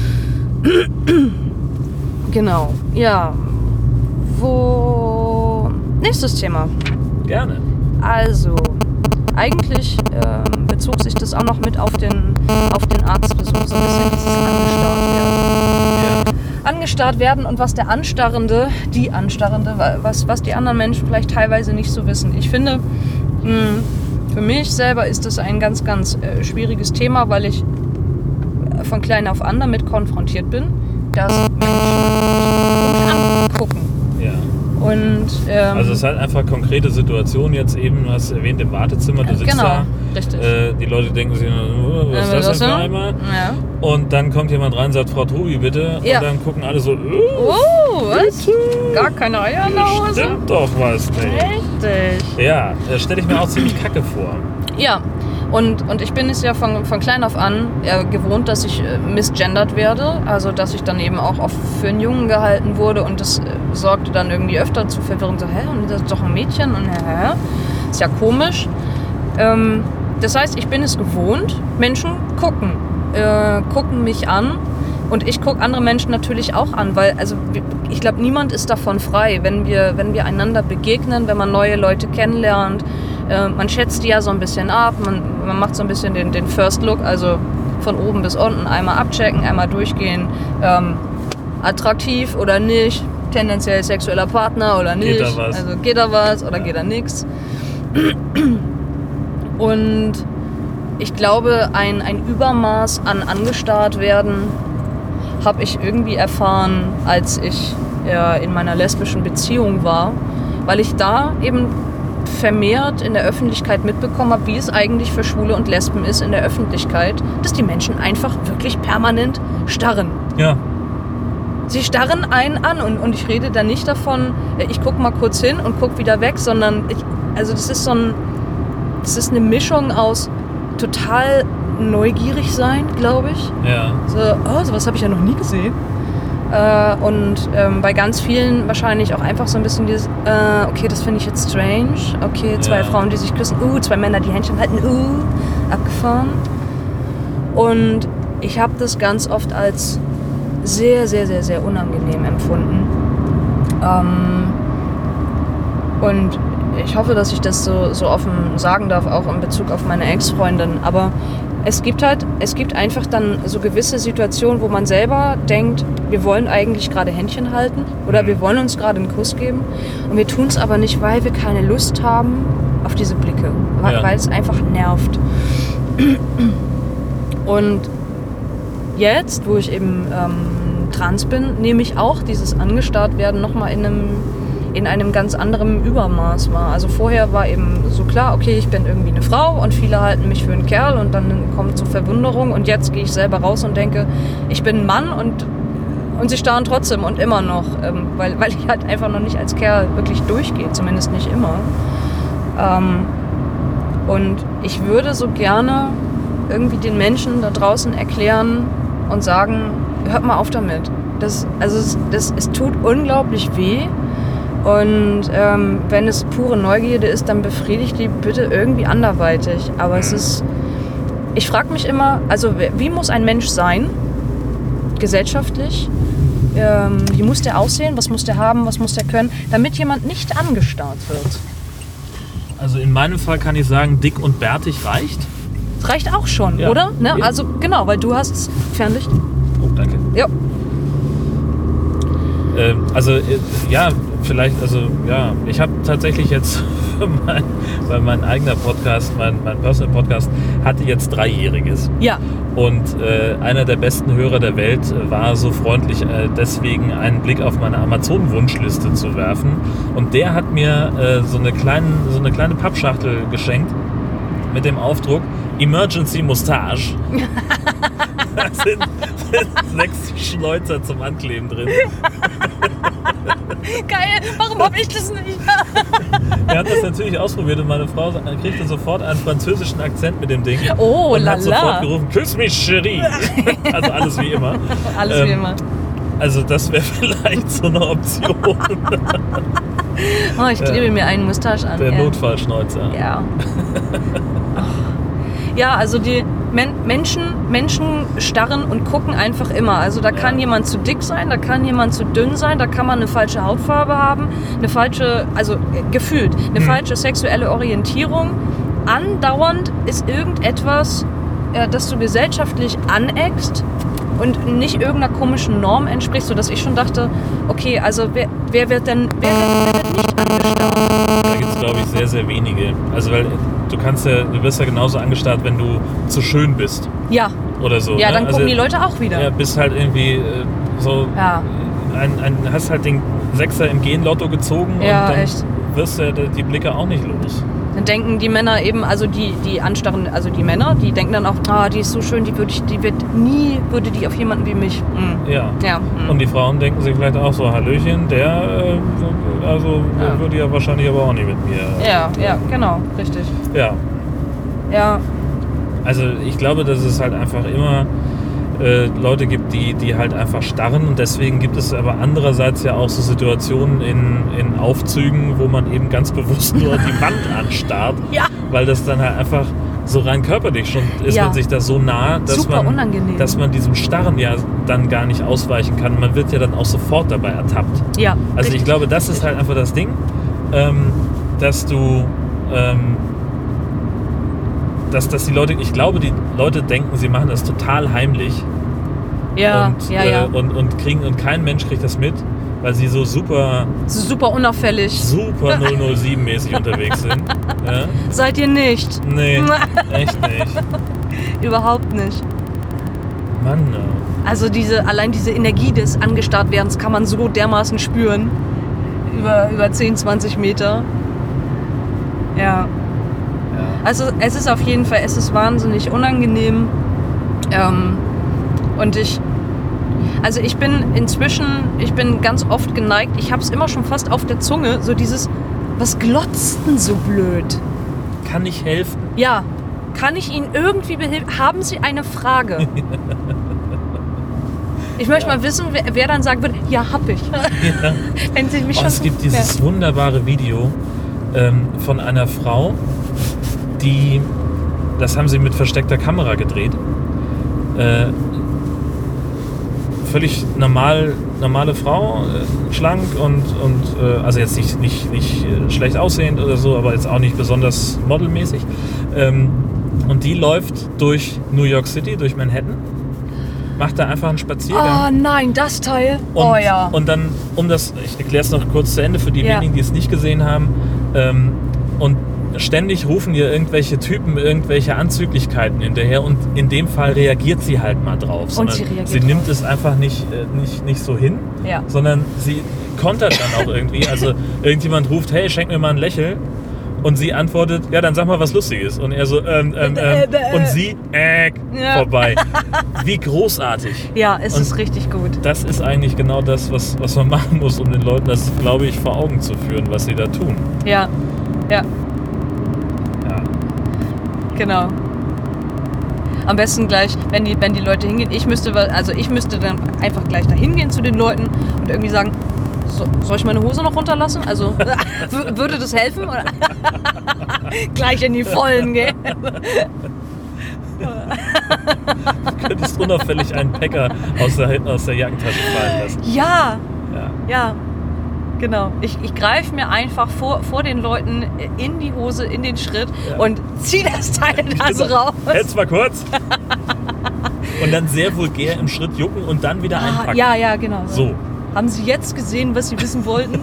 Speaker 2: Genau, ja. Wo... Nächstes Thema.
Speaker 3: Gerne.
Speaker 2: Also, eigentlich ähm, bezog sich das auch noch mit auf den, auf den Arztbesuch, so ein bisschen dieses angestarrt werden.
Speaker 3: Ja.
Speaker 2: Angestarrt werden und was der Anstarrende, die Anstarrende, was, was die anderen Menschen vielleicht teilweise nicht so wissen. Ich finde, mh, für mich selber ist das ein ganz, ganz äh, schwieriges Thema, weil ich von klein auf an damit konfrontiert bin, dass Menschen mich angucken.
Speaker 3: Ja.
Speaker 2: Und, ähm,
Speaker 3: Also es ist halt einfach konkrete Situation jetzt eben, du hast erwähnt, im Wartezimmer, du sitzt
Speaker 2: genau,
Speaker 3: da,
Speaker 2: richtig.
Speaker 3: äh, die Leute denken sich, oh, was
Speaker 2: Äh,
Speaker 3: ist das denn für
Speaker 2: denn?
Speaker 3: einmal?
Speaker 2: Ja.
Speaker 3: Und dann kommt jemand rein und sagt, Frau Tobi, bitte.
Speaker 2: Ja.
Speaker 3: Und dann gucken alle so, oh,
Speaker 2: Oh, was? Gar keine Eier in der Hose?
Speaker 3: stimmt doch was nicht.
Speaker 2: Richtig.
Speaker 3: Ja, das stelle ich mir auch ziemlich kacke vor.
Speaker 2: Ja, und, und ich bin es ja von, von klein auf an äh, gewohnt, dass ich äh, misgendert werde. Also, dass ich dann eben auch oft für einen Jungen gehalten wurde und das äh, sorgte dann irgendwie öfter zu Verwirrung. So, hä, und das ist doch ein Mädchen und hä, ist ja komisch. Ähm, das heißt, ich bin es gewohnt, Menschen gucken, äh, gucken mich an. Und ich gucke andere Menschen natürlich auch an, weil also ich glaube, niemand ist davon frei, wenn wir, wenn wir einander begegnen, wenn man neue Leute kennenlernt. Äh, man schätzt die ja so ein bisschen ab, man, man macht so ein bisschen den, den First Look, also von oben bis unten einmal abchecken, einmal durchgehen. Ähm, attraktiv oder nicht, tendenziell sexueller Partner oder nicht.
Speaker 3: Geht da was?
Speaker 2: Also geht da was oder geht da nichts. Und ich glaube, ein, ein Übermaß an angestarrt werden habe ich irgendwie erfahren, als ich äh, in meiner lesbischen Beziehung war, weil ich da eben vermehrt in der Öffentlichkeit mitbekommen habe, wie es eigentlich für Schwule und Lesben ist in der Öffentlichkeit, dass die Menschen einfach wirklich permanent starren.
Speaker 3: Ja.
Speaker 2: Sie starren einen an und, und ich rede da nicht davon, ich gucke mal kurz hin und gucke wieder weg, sondern ich, also das ist so ein, das ist eine Mischung aus total neugierig sein, glaube ich.
Speaker 3: Ja.
Speaker 2: So, oh, sowas habe ich ja noch nie gesehen. Äh, und ähm, bei ganz vielen wahrscheinlich auch einfach so ein bisschen dieses, äh, okay, das finde ich jetzt strange. Okay, zwei
Speaker 3: Ja.
Speaker 2: Frauen, die sich küssen. Uh, zwei Männer, die Händchen halten. Uh, abgefahren. Und ich habe das ganz oft als sehr, sehr, sehr, sehr unangenehm empfunden. Ähm, und ich hoffe, dass ich das so, so offen sagen darf, auch in Bezug auf meine Ex-Freundin. Aber es gibt halt, es gibt einfach dann so gewisse Situationen, wo man selber denkt, wir wollen eigentlich gerade Händchen halten oder wir wollen uns gerade einen Kuss geben und wir tun es aber nicht, weil wir keine Lust haben auf diese Blicke, weil,
Speaker 3: Ja.
Speaker 2: weil es einfach nervt. Und jetzt, wo ich eben ähm, trans bin, nehme ich auch dieses angestarrt werden nochmal in einem in einem ganz anderen Übermaß wahr. Also vorher war eben so klar, okay, ich bin irgendwie eine Frau und viele halten mich für einen Kerl und dann kommt zur Verwunderung und jetzt gehe ich selber raus und denke, ich bin ein Mann und, und sie starren trotzdem und immer noch, ähm, weil, weil ich halt einfach noch nicht als Kerl wirklich durchgehe, zumindest nicht immer. Ähm, und ich würde so gerne irgendwie den Menschen da draußen erklären und sagen, hört mal auf damit. Das, also es, das, es tut unglaublich weh. Und ähm, wenn es pure Neugierde ist, dann befriedigt die bitte irgendwie anderweitig. Aber es ist, ich frage mich immer, also wie muss ein Mensch sein, gesellschaftlich? Ähm, wie muss der aussehen? Was muss der haben? Was muss der können? Damit jemand nicht angestarrt wird.
Speaker 3: Also in meinem Fall kann ich sagen, dick und bärtig reicht.
Speaker 2: Das reicht auch schon,
Speaker 3: Ja.
Speaker 2: oder? Ne?
Speaker 3: Ja.
Speaker 2: Also genau, weil du hast Fernlicht.
Speaker 3: Oh, danke.
Speaker 2: Ja.
Speaker 3: Ähm, also äh, ja, vielleicht, also ja, ich habe tatsächlich jetzt, für mein, weil mein eigener Podcast, mein, mein Personal Podcast, hatte jetzt Dreijähriges.
Speaker 2: Ja.
Speaker 3: Und äh, einer der besten Hörer der Welt äh, war so freundlich, äh, deswegen einen Blick auf meine Amazon-Wunschliste zu werfen. Und der hat mir äh, so, eine kleine, so eine kleine Pappschachtel geschenkt mit dem Aufdruck Emergency Mustache. Da sind, sind sechs Schnäuzer zum Ankleben drin.
Speaker 2: Geil, warum habe ich das nicht?
Speaker 3: Wir haben das natürlich ausprobiert und meine Frau kriegte sofort einen französischen Akzent mit dem Ding.
Speaker 2: Oh,
Speaker 3: und
Speaker 2: lala.
Speaker 3: hat sofort gerufen, küss mich, Chérie. Also alles wie immer.
Speaker 2: Alles
Speaker 3: Ähm,
Speaker 2: wie immer.
Speaker 3: Also das wäre vielleicht so eine Option.
Speaker 2: Oh, ich klebe
Speaker 3: Ja.
Speaker 2: mir einen Mustache an.
Speaker 3: Der
Speaker 2: ja.
Speaker 3: Notfallschnäuzer.
Speaker 2: Ja. Ja, also die Men- Menschen, Menschen starren und gucken einfach immer. Also da kann
Speaker 3: Ja.
Speaker 2: jemand zu dick sein, da kann jemand zu dünn sein, da kann man eine falsche Hautfarbe haben, eine falsche, also äh, gefühlt, eine
Speaker 3: Hm.
Speaker 2: falsche sexuelle Orientierung. Andauernd ist irgendetwas, äh, das du gesellschaftlich aneckst und nicht irgendeiner komischen Norm entsprichst, sodass ich schon dachte, okay, also wer, wer wird denn, wer wird, wer wird nicht angestarrt?
Speaker 3: Da gibt es, glaube ich, sehr, sehr wenige. Also weil du kannst ja, du wirst ja genauso angestarrt, wenn du zu schön bist
Speaker 2: Ja,
Speaker 3: oder so.
Speaker 2: ja,
Speaker 3: ne?
Speaker 2: dann
Speaker 3: also,
Speaker 2: gucken die Leute auch wieder.
Speaker 3: Ja, bist halt irgendwie äh, so,
Speaker 2: Ja.
Speaker 3: ein, ein, hast halt den Sechser im Gen-Lotto gezogen
Speaker 2: Ja,
Speaker 3: und dann
Speaker 2: echt.
Speaker 3: wirst du die Blicke auch nicht los.
Speaker 2: Dann denken die Männer eben, also die, die anstarren, also die Männer, die denken dann auch, ah, die ist so schön, die würde ich, die wird nie, würde die auf jemanden wie mich. Mm.
Speaker 3: Ja.
Speaker 2: Ja. Mm.
Speaker 3: Und die Frauen denken sich vielleicht auch so, Hallöchen, der, äh, also
Speaker 2: Ja.
Speaker 3: würde ja wahrscheinlich aber auch nicht mit mir.
Speaker 2: Ja, ja, genau, richtig.
Speaker 3: Ja.
Speaker 2: Ja,
Speaker 3: Also ich glaube, dass es halt einfach immer äh, Leute gibt, die, die halt einfach starren und deswegen gibt es aber andererseits ja auch so Situationen in, in Aufzügen, wo man eben ganz bewusst nur die Wand anstarrt,
Speaker 2: ja,
Speaker 3: weil das dann halt einfach so rein körperlich schon ist
Speaker 2: Ja.
Speaker 3: man sich da so nah, dass
Speaker 2: Super
Speaker 3: man,
Speaker 2: unangenehm.
Speaker 3: dass man diesem Starren ja dann gar nicht ausweichen kann. Man wird ja dann auch sofort dabei ertappt.
Speaker 2: ja.
Speaker 3: Also
Speaker 2: richtig.
Speaker 3: ich glaube, das ist halt einfach das Ding, ähm, dass du, ähm, dass, dass die Leute, ich glaube, die Leute denken, sie machen das total heimlich
Speaker 2: Ja,
Speaker 3: und,
Speaker 2: ja, ja.
Speaker 3: Äh, und, und kriegen, und kein Mensch kriegt das mit, weil sie so super,
Speaker 2: So super unauffällig.
Speaker 3: super null null sieben mäßig unterwegs sind. Ja?
Speaker 2: Seid ihr nicht?
Speaker 3: Nee, echt nicht.
Speaker 2: Überhaupt nicht.
Speaker 3: Mann, no.
Speaker 2: Also diese, allein diese Energie des Angestarrtwerdens kann man so dermaßen spüren. Über, über zehn, zwanzig Meter. Ja.
Speaker 3: Ja.
Speaker 2: Also es ist auf jeden Fall, es ist wahnsinnig unangenehm. Ähm, und ich, also ich bin inzwischen, ich bin ganz oft geneigt, ich habe es immer schon fast auf der Zunge, so dieses, was glotzt denn so blöd?
Speaker 3: Kann ich helfen?
Speaker 2: Ja, kann ich Ihnen irgendwie behilfen? Haben Sie eine Frage? Ich möchte
Speaker 3: Ja.
Speaker 2: mal wissen, wer, wer dann sagen würde, ja, hab ich.
Speaker 3: Ja.
Speaker 2: Wenn Sie mich
Speaker 3: Oh,
Speaker 2: schon
Speaker 3: es gibt dieses wunderbare Video ähm, von einer Frau, die, das haben sie mit versteckter Kamera gedreht, äh, völlig normal, normale Frau, äh, schlank und, und äh, also jetzt nicht, nicht, nicht äh, schlecht aussehend oder so, aber jetzt auch nicht besonders modelmäßig. Ähm, und die läuft durch New York City, durch Manhattan, macht da einfach einen Spaziergang.
Speaker 2: Oh nein, das Teil.
Speaker 3: Und,
Speaker 2: oh ja.
Speaker 3: und dann, um das, ich erkläre es noch kurz zu Ende für die
Speaker 2: Ja.
Speaker 3: wenigen, die es nicht gesehen haben. Ähm, und ständig rufen ihr irgendwelche Typen irgendwelche Anzüglichkeiten hinterher und in dem Fall reagiert sie halt mal drauf. Sondern
Speaker 2: sie reagiert
Speaker 3: sie nimmt
Speaker 2: drauf.
Speaker 3: es einfach nicht, äh, nicht, nicht so hin,
Speaker 2: Ja.
Speaker 3: sondern sie kontert dann auch irgendwie. Also irgendjemand ruft, hey, schenk mir mal ein Lächeln. Und sie antwortet, ja, dann sag mal was Lustiges. Und er so, ähm, ähm, ähm. Und sie, äh,
Speaker 2: Ja.
Speaker 3: vorbei. Wie großartig.
Speaker 2: Ja, es
Speaker 3: Und
Speaker 2: ist richtig gut.
Speaker 3: Das ist eigentlich genau das, was, was man machen muss, um den Leuten das, glaube ich, vor Augen zu führen, was sie da tun.
Speaker 2: Ja, ja.
Speaker 3: Ja.
Speaker 2: Genau. Am besten gleich, wenn die, wenn die Leute hingehen, ich müsste, also ich müsste dann einfach gleich da hingehen zu den Leuten und irgendwie sagen, so, soll ich meine Hose noch runterlassen? Also w- würde das helfen? Oder? Gleich in die Vollen gehen.
Speaker 3: Du könntest unauffällig einen Packer aus der, aus der Jackentasche fallen lassen.
Speaker 2: Ja,
Speaker 3: Ja.
Speaker 2: ja, genau. Ich, ich greife mir einfach vor, vor den Leuten in die Hose, in den Schritt
Speaker 3: Ja.
Speaker 2: und ziehe das Teil dann so raus.
Speaker 3: Hält's mal kurz. Und dann sehr vulgär im Schritt jucken und dann wieder
Speaker 2: Ah,
Speaker 3: einpacken.
Speaker 2: ja, ja, genau.
Speaker 3: So.
Speaker 2: Haben Sie jetzt gesehen, was Sie wissen wollten?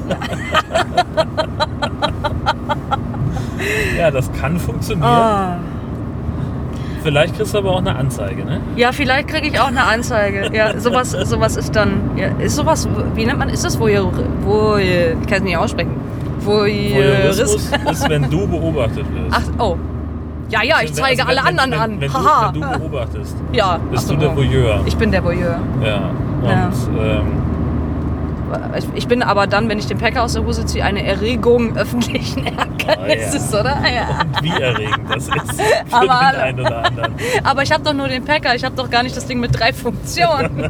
Speaker 3: Ja, das kann funktionieren.
Speaker 2: Ah.
Speaker 3: Vielleicht kriegst du aber auch eine Anzeige, ne?
Speaker 2: Ja, vielleicht kriege ich auch eine Anzeige. Ja, sowas, sowas ist dann, ja, ist sowas, wie nennt man, ist das Voyeur, Voyeur, ich kann es nicht aussprechen.
Speaker 3: Voyeurismus ist, wenn du beobachtet wirst.
Speaker 2: Ach, oh. Ja, ja, ich
Speaker 3: Also,
Speaker 2: zeige
Speaker 3: wenn-
Speaker 2: alle
Speaker 3: wenn,
Speaker 2: anderen
Speaker 3: wenn,
Speaker 2: an.
Speaker 3: Wenn, wenn,
Speaker 2: Haha.
Speaker 3: du, wenn du beobachtest,
Speaker 2: Ja.
Speaker 3: bist
Speaker 2: Ach so,
Speaker 3: du der
Speaker 2: oh.
Speaker 3: Voyeur.
Speaker 2: Ich bin der Voyeur.
Speaker 3: Ja. Und
Speaker 2: Ja.
Speaker 3: Ähm,
Speaker 2: Ich, ich bin aber dann, wenn ich den Packer aus der Hose ziehe, eine Erregung öffentlichen Ärgernisses,
Speaker 3: Oh ja.
Speaker 2: oder? Ja.
Speaker 3: und wie erregend das ist für
Speaker 2: Aber
Speaker 3: den
Speaker 2: hallo.
Speaker 3: einen oder anderen.
Speaker 2: Aber ich habe doch nur den Packer, ich habe doch gar nicht das Ding mit drei Funktionen.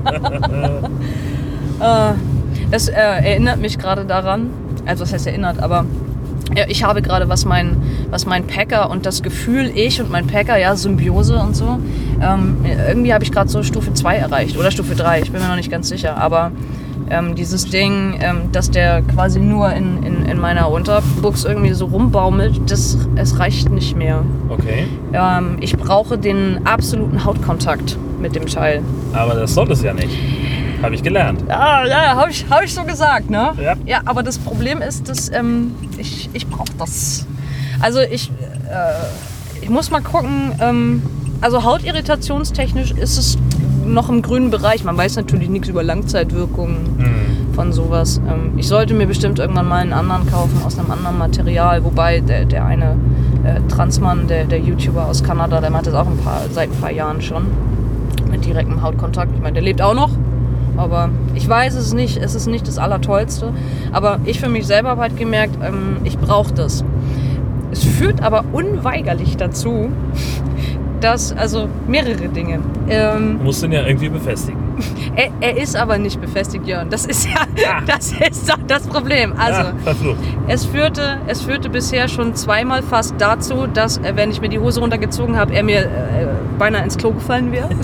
Speaker 2: Äh, Das äh, erinnert mich gerade daran, also was heißt erinnert, aber ja, ich habe gerade, was mein, was mein Packer und das Gefühl, ich und mein Packer, ja, Symbiose und so, ähm, irgendwie habe ich gerade so Stufe zwei erreicht oder Stufe drei, ich bin mir noch nicht ganz sicher, aber ähm, dieses Ding, ähm, dass der quasi nur in, in, in meiner Unterbuchs irgendwie so rumbaumelt, das, es reicht nicht mehr.
Speaker 3: Okay.
Speaker 2: Ähm, ich brauche den absoluten Hautkontakt mit dem Teil.
Speaker 3: Aber das soll es ja nicht. Habe ich gelernt.
Speaker 2: Ja, ja, habe ich, hab ich so gesagt, ne?
Speaker 3: Ja.
Speaker 2: Ja, aber das Problem ist, dass ähm, ich, ich brauche das. Also ich, äh, ich muss mal gucken, ähm, also hautirritationstechnisch ist es noch im grünen Bereich. Man weiß natürlich nichts über Langzeitwirkungen
Speaker 3: Hm.
Speaker 2: von sowas. Ähm, ich sollte mir bestimmt irgendwann mal einen anderen kaufen aus einem anderen Material, wobei der, der eine äh, Transmann, der, der YouTuber aus Kanada, der macht das auch ein paar, seit ein paar Jahren schon mit direktem Hautkontakt. Ich meine, der lebt auch noch. Aber ich weiß es nicht, es ist nicht das Allertollste. Aber ich für mich selber habe halt gemerkt, ähm, ich brauche das. Es führt aber unweigerlich dazu, dass, also mehrere Dinge. Ähm,
Speaker 3: Du musst ihn ja irgendwie befestigen.
Speaker 2: er, er ist aber nicht befestigt, Jörn. Das ist ja,
Speaker 3: Ah.
Speaker 2: das ist doch das Problem. Also,
Speaker 3: Ja, verflucht.
Speaker 2: es führte, es führte bisher schon zweimal fast dazu, dass, äh, wenn ich mir die Hose runtergezogen habe, er mir äh, beinahe ins Klo gefallen wäre.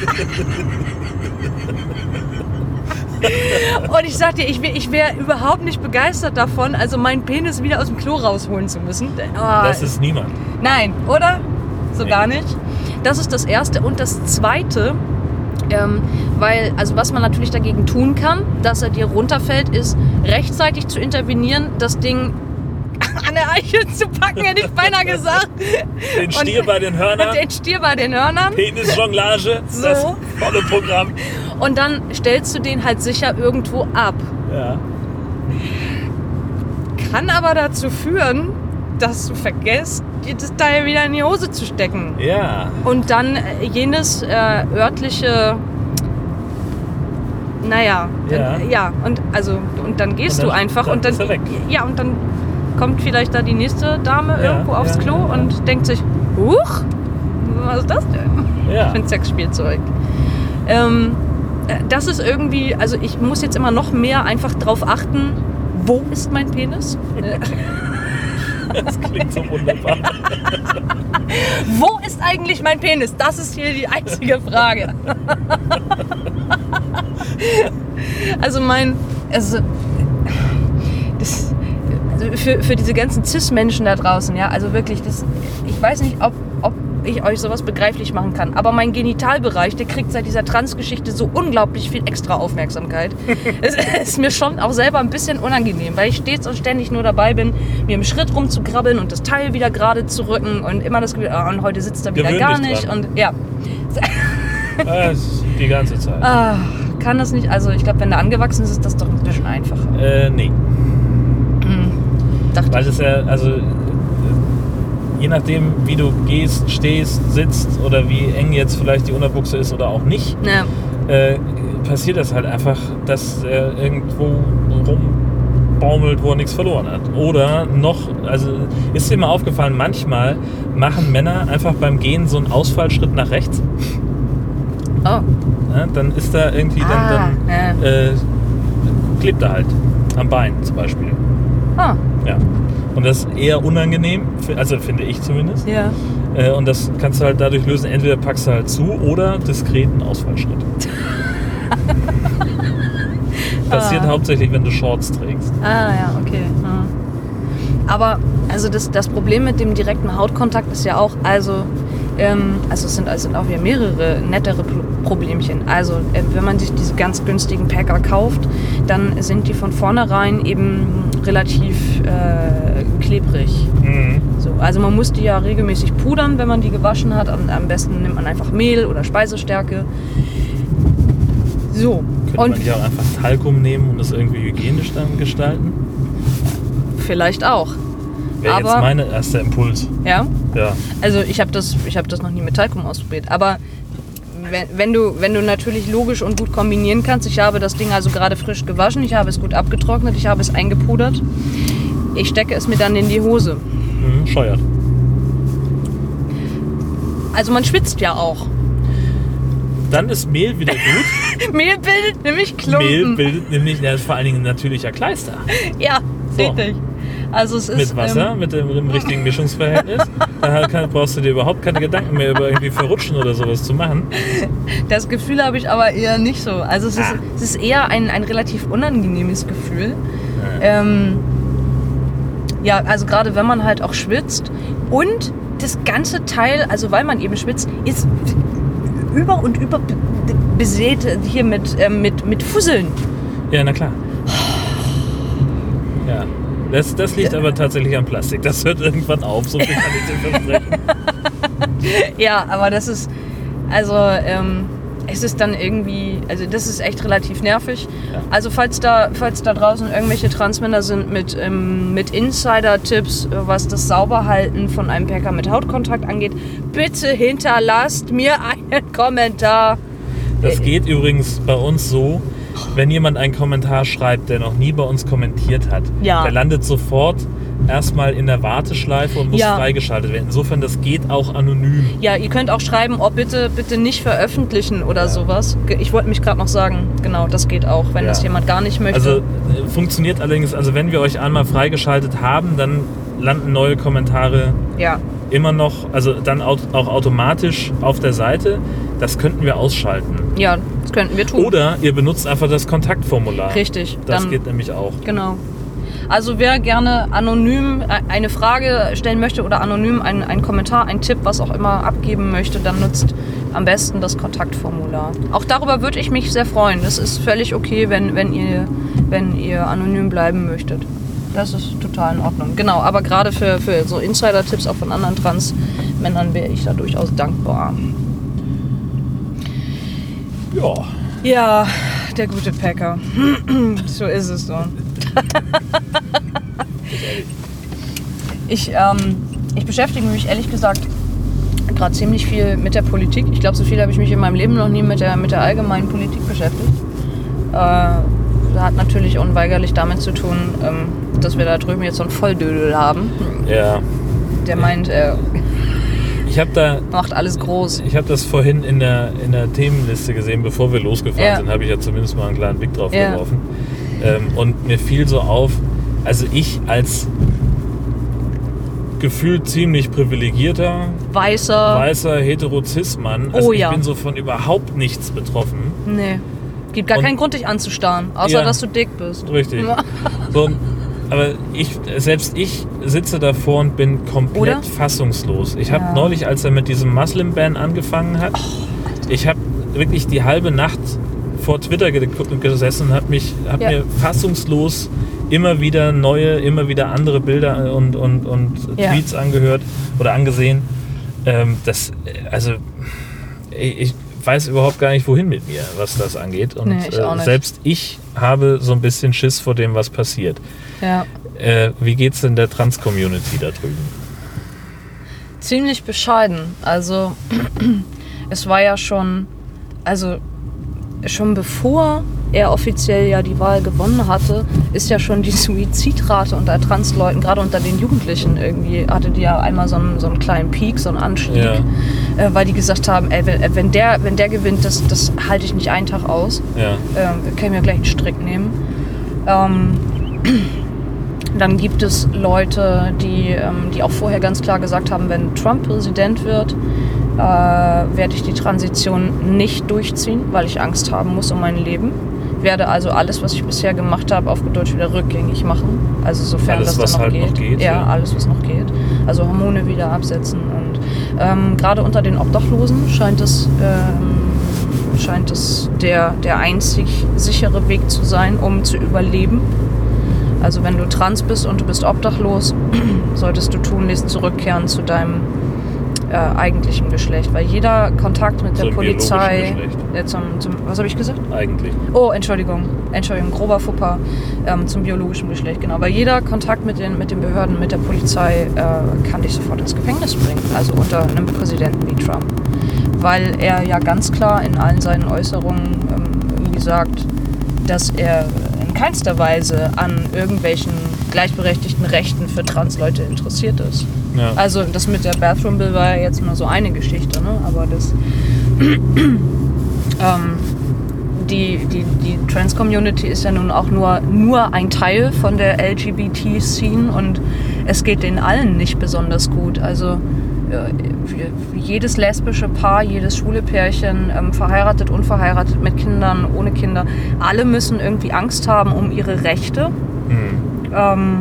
Speaker 2: Und ich sagte dir, ich wäre ich wär überhaupt nicht begeistert davon, also meinen Penis wieder aus dem Klo rausholen zu müssen. Oh,
Speaker 3: Das ist niemand.
Speaker 2: nein, oder? So
Speaker 3: Nee.
Speaker 2: gar nicht. Das ist das Erste. Und das Zweite, ähm, weil, also was man natürlich dagegen tun kann, dass er dir runterfällt, ist rechtzeitig zu intervenieren, das Ding an der Eichel zu packen, hätte ich beinahe gesagt.
Speaker 3: Den Stier
Speaker 2: Und-
Speaker 3: bei den Hörnern,
Speaker 2: Den Stier bei den Hörnern.
Speaker 3: Penisjonglage,
Speaker 2: So.
Speaker 3: das volle Programm.
Speaker 2: Und dann stellst du den halt sicher irgendwo ab.
Speaker 3: Ja.
Speaker 2: Kann aber dazu führen, dass du vergisst, dir das Teil wieder in die Hose zu stecken.
Speaker 3: Ja.
Speaker 2: Und dann äh, jenes äh, örtliche, naja,
Speaker 3: Ja.
Speaker 2: äh, ja, und also und dann gehst
Speaker 3: Und dann-
Speaker 2: du einfach
Speaker 3: dann
Speaker 2: und dann
Speaker 3: ist er weg.
Speaker 2: ja und dann kommt vielleicht da die nächste Dame
Speaker 3: Ja,
Speaker 2: irgendwo aufs
Speaker 3: ja,
Speaker 2: Klo
Speaker 3: ja, ja.
Speaker 2: und denkt sich, huch, was ist das denn?
Speaker 3: Ja.
Speaker 2: Ich finde Sexspielzeug. Ähm, äh, das ist irgendwie, also ich muss jetzt immer noch mehr einfach drauf achten, wo ist mein Penis? Äh,
Speaker 3: Das klingt so wunderbar.
Speaker 2: Wo ist eigentlich mein Penis? Das ist hier die einzige Frage. Also mein, also, das, also für, für diese ganzen Cis-Menschen da draußen, ja, also wirklich, das, ich weiß nicht, ob, ob ich euch sowas begreiflich machen kann, aber mein Genitalbereich, der kriegt seit dieser Trans-Geschichte so unglaublich viel extra Aufmerksamkeit. Es ist mir schon auch selber ein bisschen unangenehm, weil ich stets und ständig nur dabei bin, mir im Schritt rumzukrabbeln und das Teil wieder gerade zu rücken und immer das Gefühl, ah, und heute sitzt er wieder
Speaker 3: Gewöhn
Speaker 2: gar
Speaker 3: dich
Speaker 2: nicht
Speaker 3: dran.
Speaker 2: und ja.
Speaker 3: Das die ganze Zeit.
Speaker 2: Ah, kann das nicht, also ich glaube, wenn der angewachsen ist, ist das doch ein bisschen einfacher.
Speaker 3: Äh, nee.
Speaker 2: Hm, dachte
Speaker 3: Weil
Speaker 2: ich.
Speaker 3: das ja, also äh, je nachdem, wie du gehst, stehst, sitzt oder wie eng jetzt vielleicht die Unterbuchse ist oder auch nicht,
Speaker 2: Ja.
Speaker 3: äh, passiert das halt einfach, dass er irgendwo baumelt, wo er nichts verloren hat. Oder noch, also ist dir mal aufgefallen, manchmal machen Männer einfach beim Gehen so einen Ausfallschritt nach rechts.
Speaker 2: Oh.
Speaker 3: Ja, dann ist da irgendwie, dann,
Speaker 2: Ah,
Speaker 3: dann
Speaker 2: ja.
Speaker 3: äh, klebt er halt. Am Bein zum Beispiel.
Speaker 2: Ah,
Speaker 3: Ja. Und das ist eher unangenehm, also finde ich zumindest.
Speaker 2: ja.
Speaker 3: Äh, und das kannst du halt dadurch lösen, entweder packst du halt zu oder diskreten Ausfallschritt. Passiert
Speaker 2: Ah.
Speaker 3: hauptsächlich, wenn du Shorts trägst.
Speaker 2: Ah, ja, okay. Hm. Aber also das, das Problem mit dem direkten Hautkontakt ist ja auch, also, ähm, also es sind, es sind auch wieder mehrere nettere Pro- Problemchen. Also äh, wenn man sich diese ganz günstigen Packer kauft, dann sind die von vornherein eben relativ äh, klebrig.
Speaker 3: Mhm.
Speaker 2: So, also man muss die ja regelmäßig pudern, wenn man die gewaschen hat. Am, am besten nimmt man einfach Mehl oder Speisestärke. So.
Speaker 3: Könnte
Speaker 2: Und
Speaker 3: man hier auch einfach Talkum nehmen und das irgendwie hygienisch dann gestalten?
Speaker 2: vielleicht auch.
Speaker 3: Wäre jetzt
Speaker 2: Aber-
Speaker 3: mein erster Impuls.
Speaker 2: Ja?
Speaker 3: Ja.
Speaker 2: Also ich habe das, ich hab das noch nie mit Talkum ausprobiert. Aber wenn, wenn, du, wenn du natürlich logisch und gut kombinieren kannst, ich habe das Ding also gerade frisch gewaschen, ich habe es gut abgetrocknet, ich habe es eingepudert. Ich stecke es mir dann in die Hose.
Speaker 3: Mhm, scheuert.
Speaker 2: Also man schwitzt ja auch.
Speaker 3: Dann ist Mehl wieder gut.
Speaker 2: Mehl bildet nämlich Klumpen.
Speaker 3: Mehl bildet nämlich, ja, ist vor allen Dingen ein natürlicher Kleister.
Speaker 2: Ja,
Speaker 3: So.
Speaker 2: richtig. Also es ist,
Speaker 3: Mit Wasser,
Speaker 2: Ähm,
Speaker 3: mit, dem, mit dem richtigen Mischungsverhältnis. Da kann, brauchst du dir überhaupt keine Gedanken mehr über irgendwie Verrutschen oder sowas zu machen.
Speaker 2: das Gefühl habe ich aber eher nicht so. Also es ist,
Speaker 3: Ah.
Speaker 2: es ist eher ein, ein relativ unangenehmes Gefühl. Ähm, ja, also gerade wenn man halt auch schwitzt. Und das ganze Teil, also weil man eben schwitzt, ist über und über be- besät hier mit, ähm, mit, mit Fusseln.
Speaker 3: Ja, na klar. Ja. Das, das liegt aber tatsächlich am Plastik. Das hört irgendwann auf, so viel kann ich dir versprechen.
Speaker 2: Ja, aber das ist, also ähm, es ist dann irgendwie, also das ist echt relativ nervig.
Speaker 3: Ja.
Speaker 2: Also falls da, falls da draußen irgendwelche Transmänner sind mit, ähm, mit Insider-Tipps, was das Sauberhalten von einem Packer mit Hautkontakt angeht, bitte hinterlasst mir einen Kommentar.
Speaker 3: Das geht übrigens bei uns so, wenn jemand einen Kommentar schreibt, der noch nie bei uns kommentiert hat,
Speaker 2: Ja.
Speaker 3: der landet sofort erstmal in der Warteschleife und muss
Speaker 2: Ja.
Speaker 3: freigeschaltet werden. Insofern, das geht auch anonym.
Speaker 2: Ja, ihr könnt auch schreiben, oh bitte, bitte nicht veröffentlichen oder
Speaker 3: Ja.
Speaker 2: sowas. Ge- Ich wollte mich gerade noch sagen, genau, das geht auch, wenn
Speaker 3: Ja.
Speaker 2: das jemand gar nicht möchte.
Speaker 3: Also äh, funktioniert allerdings, also wenn wir euch einmal freigeschaltet haben, dann landen neue Kommentare
Speaker 2: ja,
Speaker 3: immer noch, also dann au- auch automatisch auf der Seite. Das könnten wir ausschalten.
Speaker 2: ja, das könnten wir tun.
Speaker 3: Oder ihr benutzt einfach das Kontaktformular.
Speaker 2: Richtig,
Speaker 3: Das
Speaker 2: dann-
Speaker 3: geht nämlich auch.
Speaker 2: Genau. Also wer gerne anonym eine Frage stellen möchte oder anonym einen, einen Kommentar, einen Tipp, was auch immer abgeben möchte, dann nutzt am besten das Kontaktformular. Auch darüber würde ich mich sehr freuen. Das ist völlig okay, wenn, wenn, ihr, wenn ihr anonym bleiben möchtet. Das ist total in Ordnung. Genau, aber gerade für, für so Insider-Tipps auch von anderen Trans-Männern wäre ich da durchaus dankbar.
Speaker 3: Ja.
Speaker 2: Ja, der gute Packer. So ist es so. Ich, ähm, ich beschäftige mich ehrlich gesagt gerade ziemlich viel mit der Politik. Ich glaube, so viel habe ich mich in meinem Leben noch nie mit der, mit der allgemeinen Politik beschäftigt. Äh, hat natürlich unweigerlich damit zu tun, ähm, dass wir da drüben jetzt so einen Volldödel haben,
Speaker 3: Ja.
Speaker 2: der meint, er
Speaker 3: Ich habe da
Speaker 2: macht alles groß.
Speaker 3: Ich habe das vorhin in der, in der Themenliste gesehen, bevor wir losgefahren
Speaker 2: Ja.
Speaker 3: sind, habe ich ja zumindest mal einen kleinen Blick drauf
Speaker 2: Ja.
Speaker 3: geworfen. Ähm, und mir fiel so auf, also ich als gefühlt ziemlich privilegierter,
Speaker 2: Weißer.
Speaker 3: weißer Hetero-Cis-Mann, also
Speaker 2: Oh
Speaker 3: ich
Speaker 2: ja.
Speaker 3: bin so von überhaupt nichts betroffen.
Speaker 2: Nee. Gibt gar
Speaker 3: Und-
Speaker 2: keinen Grund, dich anzustarren, außer
Speaker 3: Ja.
Speaker 2: dass du dick bist.
Speaker 3: Richtig. So, aber ich, selbst ich sitze davor und bin komplett
Speaker 2: Oder?
Speaker 3: fassungslos. Ich habe
Speaker 2: Ja.
Speaker 3: neulich, als er mit diesem Muslim-Ban angefangen hat, ich habe wirklich die halbe Nacht vor Twitter ge- gesessen und habe mich, hab
Speaker 2: Ja.
Speaker 3: mir fassungslos immer wieder neue, immer wieder andere Bilder und, und, und
Speaker 2: Ja.
Speaker 3: Tweets angehört oder angesehen. Ähm, das, also ich, ich weiß überhaupt gar nicht, wohin mit mir, was das angeht. Und
Speaker 2: Nee, ich auch
Speaker 3: äh,
Speaker 2: nicht.
Speaker 3: selbst ich habe so ein bisschen Schiss vor dem, was passiert.
Speaker 2: Ja.
Speaker 3: Äh, wie geht's denn der Trans-Community da drüben?
Speaker 2: Ziemlich bescheiden. Also es war ja schon, also schon bevor er offiziell ja die Wahl gewonnen hatte, ist ja schon die Suizidrate unter Transleuten, gerade unter den Jugendlichen irgendwie, hatte die ja einmal so einen, so einen kleinen Peak, so einen Anstieg,
Speaker 3: Ja.
Speaker 2: äh, weil die gesagt haben, ey, wenn, wenn, der, wenn der gewinnt, das, das halte ich nicht einen Tag aus.
Speaker 3: Ja.
Speaker 2: Ähm, kann ich mir gleich einen Strick nehmen. Ähm, dann gibt es Leute, die, ähm, die auch vorher ganz klar gesagt haben, wenn Trump Präsident wird, äh, werde ich die Transition nicht durchziehen, weil ich Angst haben muss um mein Leben. Werde also alles, was ich bisher gemacht habe, auf Deutsch wieder rückgängig machen. Also sofern
Speaker 3: Alles,
Speaker 2: das
Speaker 3: was
Speaker 2: dann noch,
Speaker 3: halt
Speaker 2: geht.
Speaker 3: noch geht,
Speaker 2: Ja,
Speaker 3: ja.
Speaker 2: alles, was noch geht. Also Hormone wieder absetzen. Und ähm, gerade unter den Obdachlosen scheint es, ähm, scheint es der, der einzig sichere Weg zu sein, um zu überleben. Also wenn du trans bist und du bist obdachlos, solltest du tunlichst zurückkehren zu deinem äh, eigentlichen Geschlecht. Weil jeder Kontakt mit der
Speaker 3: Zum
Speaker 2: Polizei...
Speaker 3: biologischen Geschlecht.
Speaker 2: Äh, zum, zum, was habe ich gesagt?
Speaker 3: Eigentlich.
Speaker 2: Oh, Entschuldigung. Entschuldigung, grober Fauxpas ähm, zum biologischen Geschlecht, genau. Weil jeder Kontakt mit den, mit den Behörden, mit der Polizei äh, kann dich sofort ins Gefängnis bringen. Also unter einem Präsidenten wie Trump. Weil er ja ganz klar in allen seinen Äußerungen ähm, irgendwie sagt, dass er in keinster Weise an irgendwelchen gleichberechtigten Rechten für Transleute interessiert ist.
Speaker 3: Ja.
Speaker 2: Also das mit der Bathroom Bill war ja jetzt nur so eine Geschichte, ne? Aber das ähm, die, die, die Trans-Community ist ja nun auch nur, nur ein Teil von der L G B T-Szene und es geht denen allen nicht besonders gut. Also äh, jedes lesbische Paar, jedes schwule Pärchen, ähm, verheiratet, unverheiratet, mit Kindern, ohne Kinder, alle müssen irgendwie Angst haben um ihre Rechte.
Speaker 3: Hm.
Speaker 2: Ähm,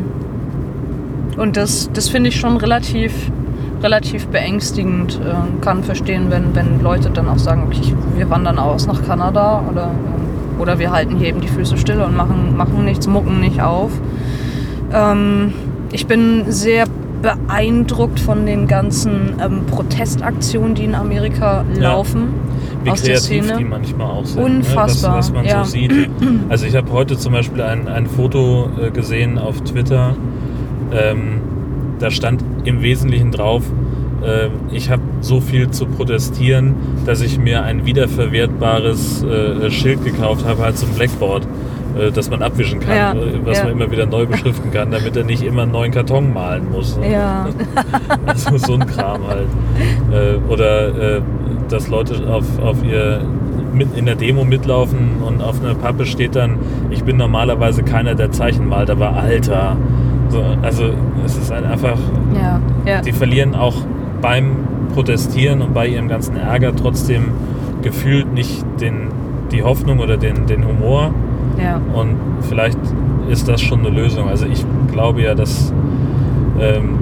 Speaker 2: und das, das finde ich schon relativ, relativ beängstigend. Äh, kann verstehen, wenn, wenn Leute dann auch sagen, okay, wir wandern aus nach Kanada oder, äh, oder wir halten hier eben die Füße still und machen, machen nichts, mucken nicht auf. Ähm, ich bin sehr beeindruckt von den ganzen ähm, Protestaktionen, die in Amerika laufen.
Speaker 3: Wie
Speaker 2: aus der
Speaker 3: kreativ
Speaker 2: Szene.
Speaker 3: die manchmal auch sind.
Speaker 2: Unfassbar,
Speaker 3: Ne? Was, was man
Speaker 2: ja.
Speaker 3: so sieht. Also ich habe heute zum Beispiel ein, ein Foto äh, gesehen auf Twitter. Ähm, da stand im Wesentlichen drauf, äh, ich habe so viel zu protestieren, dass ich mir ein wiederverwertbares äh, Schild gekauft habe, halt zum Blackboard, äh, das man abwischen kann,
Speaker 2: Ja,
Speaker 3: äh, was
Speaker 2: ja.
Speaker 3: man immer wieder neu beschriften kann, damit er nicht immer einen neuen Karton malen muss. Ne?
Speaker 2: Ja.
Speaker 3: Also so ein Kram halt. Äh, oder äh, dass Leute auf, auf ihr mit in der Demo mitlaufen und auf einer Pappe steht dann, ich bin normalerweise keiner, der Zeichen malt, aber Alter. So, also es ist halt einfach,
Speaker 2: Ja, ja.
Speaker 3: die verlieren auch beim Protestieren und bei ihrem ganzen Ärger trotzdem gefühlt nicht den, die Hoffnung oder den, den Humor.
Speaker 2: ja.
Speaker 3: Und vielleicht ist das schon eine Lösung. Also ich glaube ja, dass ähm,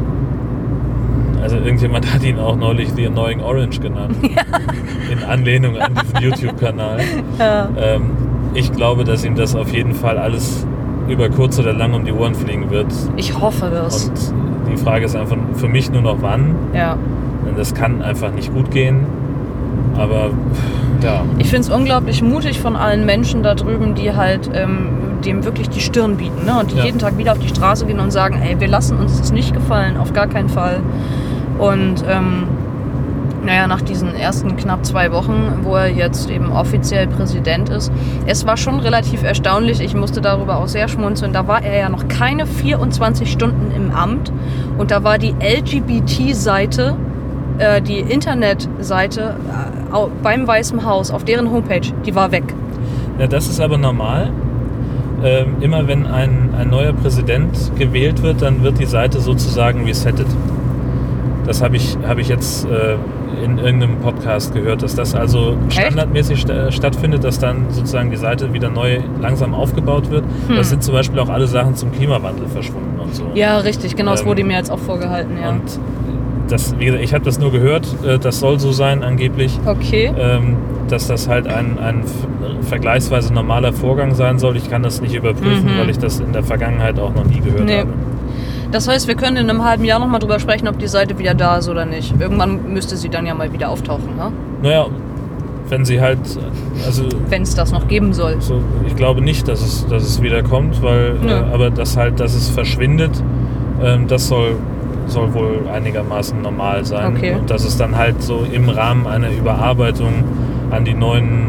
Speaker 3: also irgendjemand hat ihn auch neulich The Annoying Orange genannt. In Anlehnung an diesen YouTube-Kanal.
Speaker 2: Ja.
Speaker 3: Ähm, ich glaube, dass ihm das auf jeden Fall alles über kurz oder lang um die Ohren fliegen wird.
Speaker 2: Ich hoffe das.
Speaker 3: Und die Frage ist einfach für mich nur noch wann.
Speaker 2: Ja.
Speaker 3: Denn das kann einfach nicht gut gehen. Aber ja.
Speaker 2: Ich finde es unglaublich mutig von allen Menschen da drüben, die halt ähm, dem wirklich die Stirn bieten, ne? Und die
Speaker 3: Ja.
Speaker 2: jeden Tag wieder auf die Straße gehen und sagen, ey, wir lassen uns das nicht gefallen, auf gar keinen Fall. Und ähm, naja, nach diesen ersten knapp zwei Wochen, wo er jetzt eben offiziell Präsident ist, es war schon relativ erstaunlich, ich musste darüber auch sehr schmunzeln, da war er ja noch keine vierundzwanzig Stunden im Amt und da war die L G B T-Seite, äh, die Internetseite äh, au- beim Weißen Haus, auf deren Homepage, die war weg.
Speaker 3: Ja, das ist aber normal. Ähm, immer wenn ein, ein neuer Präsident gewählt wird, dann wird die Seite sozusagen resettet. Das habe ich, hab ich jetzt äh, in irgendeinem Podcast gehört, dass das also standardmäßig st- stattfindet, dass dann sozusagen die Seite wieder neu langsam aufgebaut wird.
Speaker 2: Hm.
Speaker 3: Das sind zum Beispiel auch alle Sachen zum Klimawandel verschwunden und so.
Speaker 2: Ja, richtig, genau, das
Speaker 3: Ähm,
Speaker 2: wurde mir jetzt auch vorgehalten, ja.
Speaker 3: Und das, wie gesagt, ich habe das nur gehört, äh, das soll so sein angeblich,
Speaker 2: Okay.
Speaker 3: ähm, dass das halt ein, ein f- vergleichsweise normaler Vorgang sein soll. Ich kann das nicht überprüfen,
Speaker 2: Mhm.
Speaker 3: weil ich das in der Vergangenheit auch noch nie gehört
Speaker 2: Nee.
Speaker 3: habe.
Speaker 2: Das heißt, wir können in einem halben Jahr nochmal drüber sprechen, ob die Seite wieder da ist oder nicht. Irgendwann müsste sie dann ja mal wieder auftauchen, ne?
Speaker 3: Naja, wenn sie halt, also
Speaker 2: Wenn es das noch geben soll.
Speaker 3: so, ich glaube nicht, dass es, dass es wieder kommt, weil,
Speaker 2: Nö.
Speaker 3: äh, aber dass halt, dass es verschwindet, ähm, das soll, soll wohl einigermaßen normal sein.
Speaker 2: Okay.
Speaker 3: Und dass es dann halt so im Rahmen einer Überarbeitung an die neuen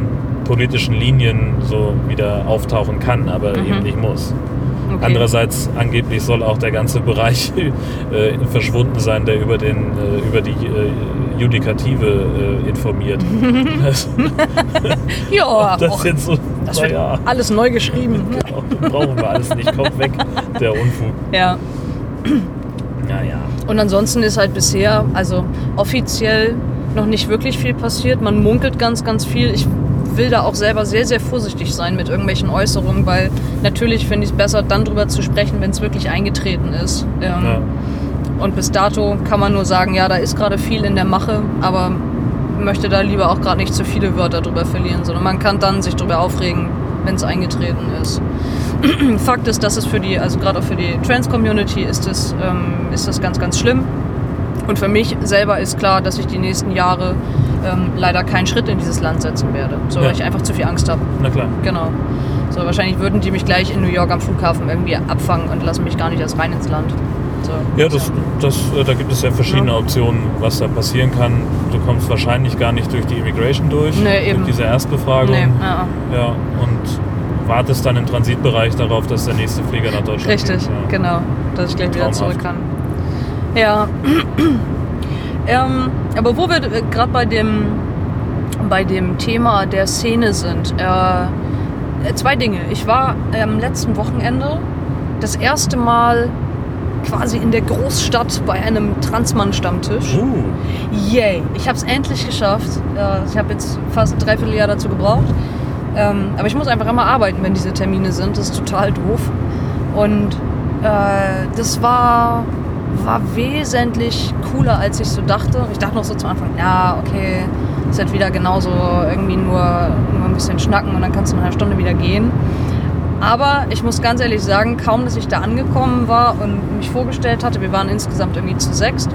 Speaker 3: politischen Linien so wieder auftauchen kann, aber
Speaker 2: Mhm.
Speaker 3: eben nicht muss.
Speaker 2: Okay.
Speaker 3: Andererseits angeblich soll auch der ganze Bereich äh, verschwunden sein, der über, den, äh, über die äh, Judikative äh, informiert. das,
Speaker 2: Ja,
Speaker 3: das
Speaker 2: och,
Speaker 3: jetzt so,
Speaker 2: das wird
Speaker 3: naja,
Speaker 2: alles neu geschrieben.
Speaker 3: genau, brauchen wir alles nicht, kommt weg, der Unfug.
Speaker 2: Ja.
Speaker 3: Naja.
Speaker 2: Und ansonsten ist halt bisher, also offiziell noch nicht wirklich viel passiert. Man munkelt ganz, ganz viel. Ich will da auch selber sehr, sehr vorsichtig sein mit irgendwelchen Äußerungen, weil natürlich finde ich es besser, dann drüber zu sprechen, wenn es wirklich eingetreten ist. Ähm,
Speaker 3: Ja.
Speaker 2: Und bis dato kann man nur sagen, ja, da ist gerade viel in der Mache, aber möchte da lieber auch gerade nicht zu viele Wörter drüber verlieren, sondern man kann dann sich drüber aufregen, wenn es eingetreten ist. Fakt ist, dass es für die, also gerade auch für die Trans-Community ist es, ähm, ist das ganz, ganz schlimm. Und für mich selber ist klar, dass ich die nächsten Jahre ähm, leider keinen Schritt in dieses Land setzen werde, so,
Speaker 3: Ja.
Speaker 2: weil ich einfach zu viel Angst habe.
Speaker 3: Na klar.
Speaker 2: Genau. So, wahrscheinlich würden die mich gleich in New York am Flughafen irgendwie abfangen und lassen mich gar nicht erst rein ins Land. So,
Speaker 3: Ja, das, das, äh, da gibt es ja verschiedene
Speaker 2: Ja.
Speaker 3: Optionen, was da passieren kann. Du kommst wahrscheinlich gar nicht durch die Immigration durch,
Speaker 2: Nee, eben.
Speaker 3: durch diese Erstbefragung.
Speaker 2: Nee, ja.
Speaker 3: Ja, und wartest dann im Transitbereich darauf, dass der nächste Flieger nach Deutschland
Speaker 2: Richtig,
Speaker 3: geht. Ja.
Speaker 2: genau, dass ich gleich wieder
Speaker 3: Traumhaft.
Speaker 2: zurück kann. Ja, ähm, aber wo wir äh, gerade bei dem, bei dem Thema der Szene sind, äh, äh, zwei Dinge. Ich war am letzten Wochenende das erste Mal quasi in der Großstadt bei einem Transmann-Stammtisch.
Speaker 3: Uh,
Speaker 2: Yay, ich habe es endlich geschafft. Äh, ich habe jetzt fast ein Dreivierteljahr dazu gebraucht. Ähm, aber ich muss einfach immer arbeiten, wenn diese Termine sind. Das ist total doof. Und äh, das war, war wesentlich cooler, als ich so dachte. Ich dachte noch so zum Anfang, ja, okay, ist halt wieder genauso irgendwie nur, nur ein bisschen schnacken und dann kannst du nach einer Stunde wieder gehen. Aber ich muss ganz ehrlich sagen, kaum, dass ich da angekommen war und mich vorgestellt hatte, wir waren insgesamt irgendwie zu sechst,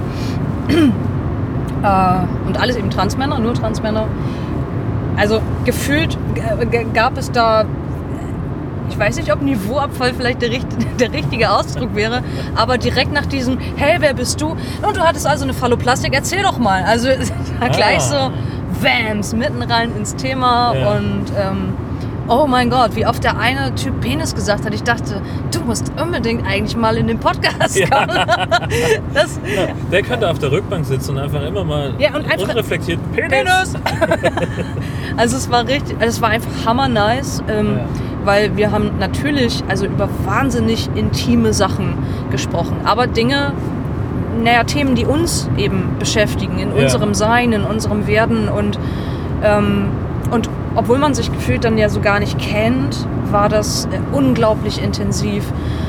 Speaker 2: äh, und alles eben Transmänner, nur Transmänner. Also gefühlt g- g- gab es da, ich weiß nicht, ob Niveauabfall vielleicht der, richt- der richtige Ausdruck wäre, aber direkt nach diesem, hey, wer bist du? Und du hattest also eine Phalloplastik, erzähl doch mal. Also
Speaker 3: Ah.
Speaker 2: gleich so, Wams, mitten rein ins Thema
Speaker 3: Ja.
Speaker 2: und ähm, oh mein Gott, wie oft der eine Typ Penis gesagt hat. Ich dachte, du musst unbedingt eigentlich mal in den Podcast kommen. Das,
Speaker 3: ja, der könnte auf der Rückbank sitzen und einfach immer mal
Speaker 2: Ja, und einfach-
Speaker 3: unreflektiert
Speaker 2: Penis! Also es war richtig, also es war einfach hammer nice, ähm,
Speaker 3: Ja.
Speaker 2: weil wir haben natürlich also über wahnsinnig intime Sachen gesprochen, aber Dinge, naja, Themen, die uns eben beschäftigen, in
Speaker 3: Ja.
Speaker 2: unserem Sein, in unserem Werden und, ähm, und obwohl man sich gefühlt dann ja so gar nicht kennt, war das äh, unglaublich intensiv.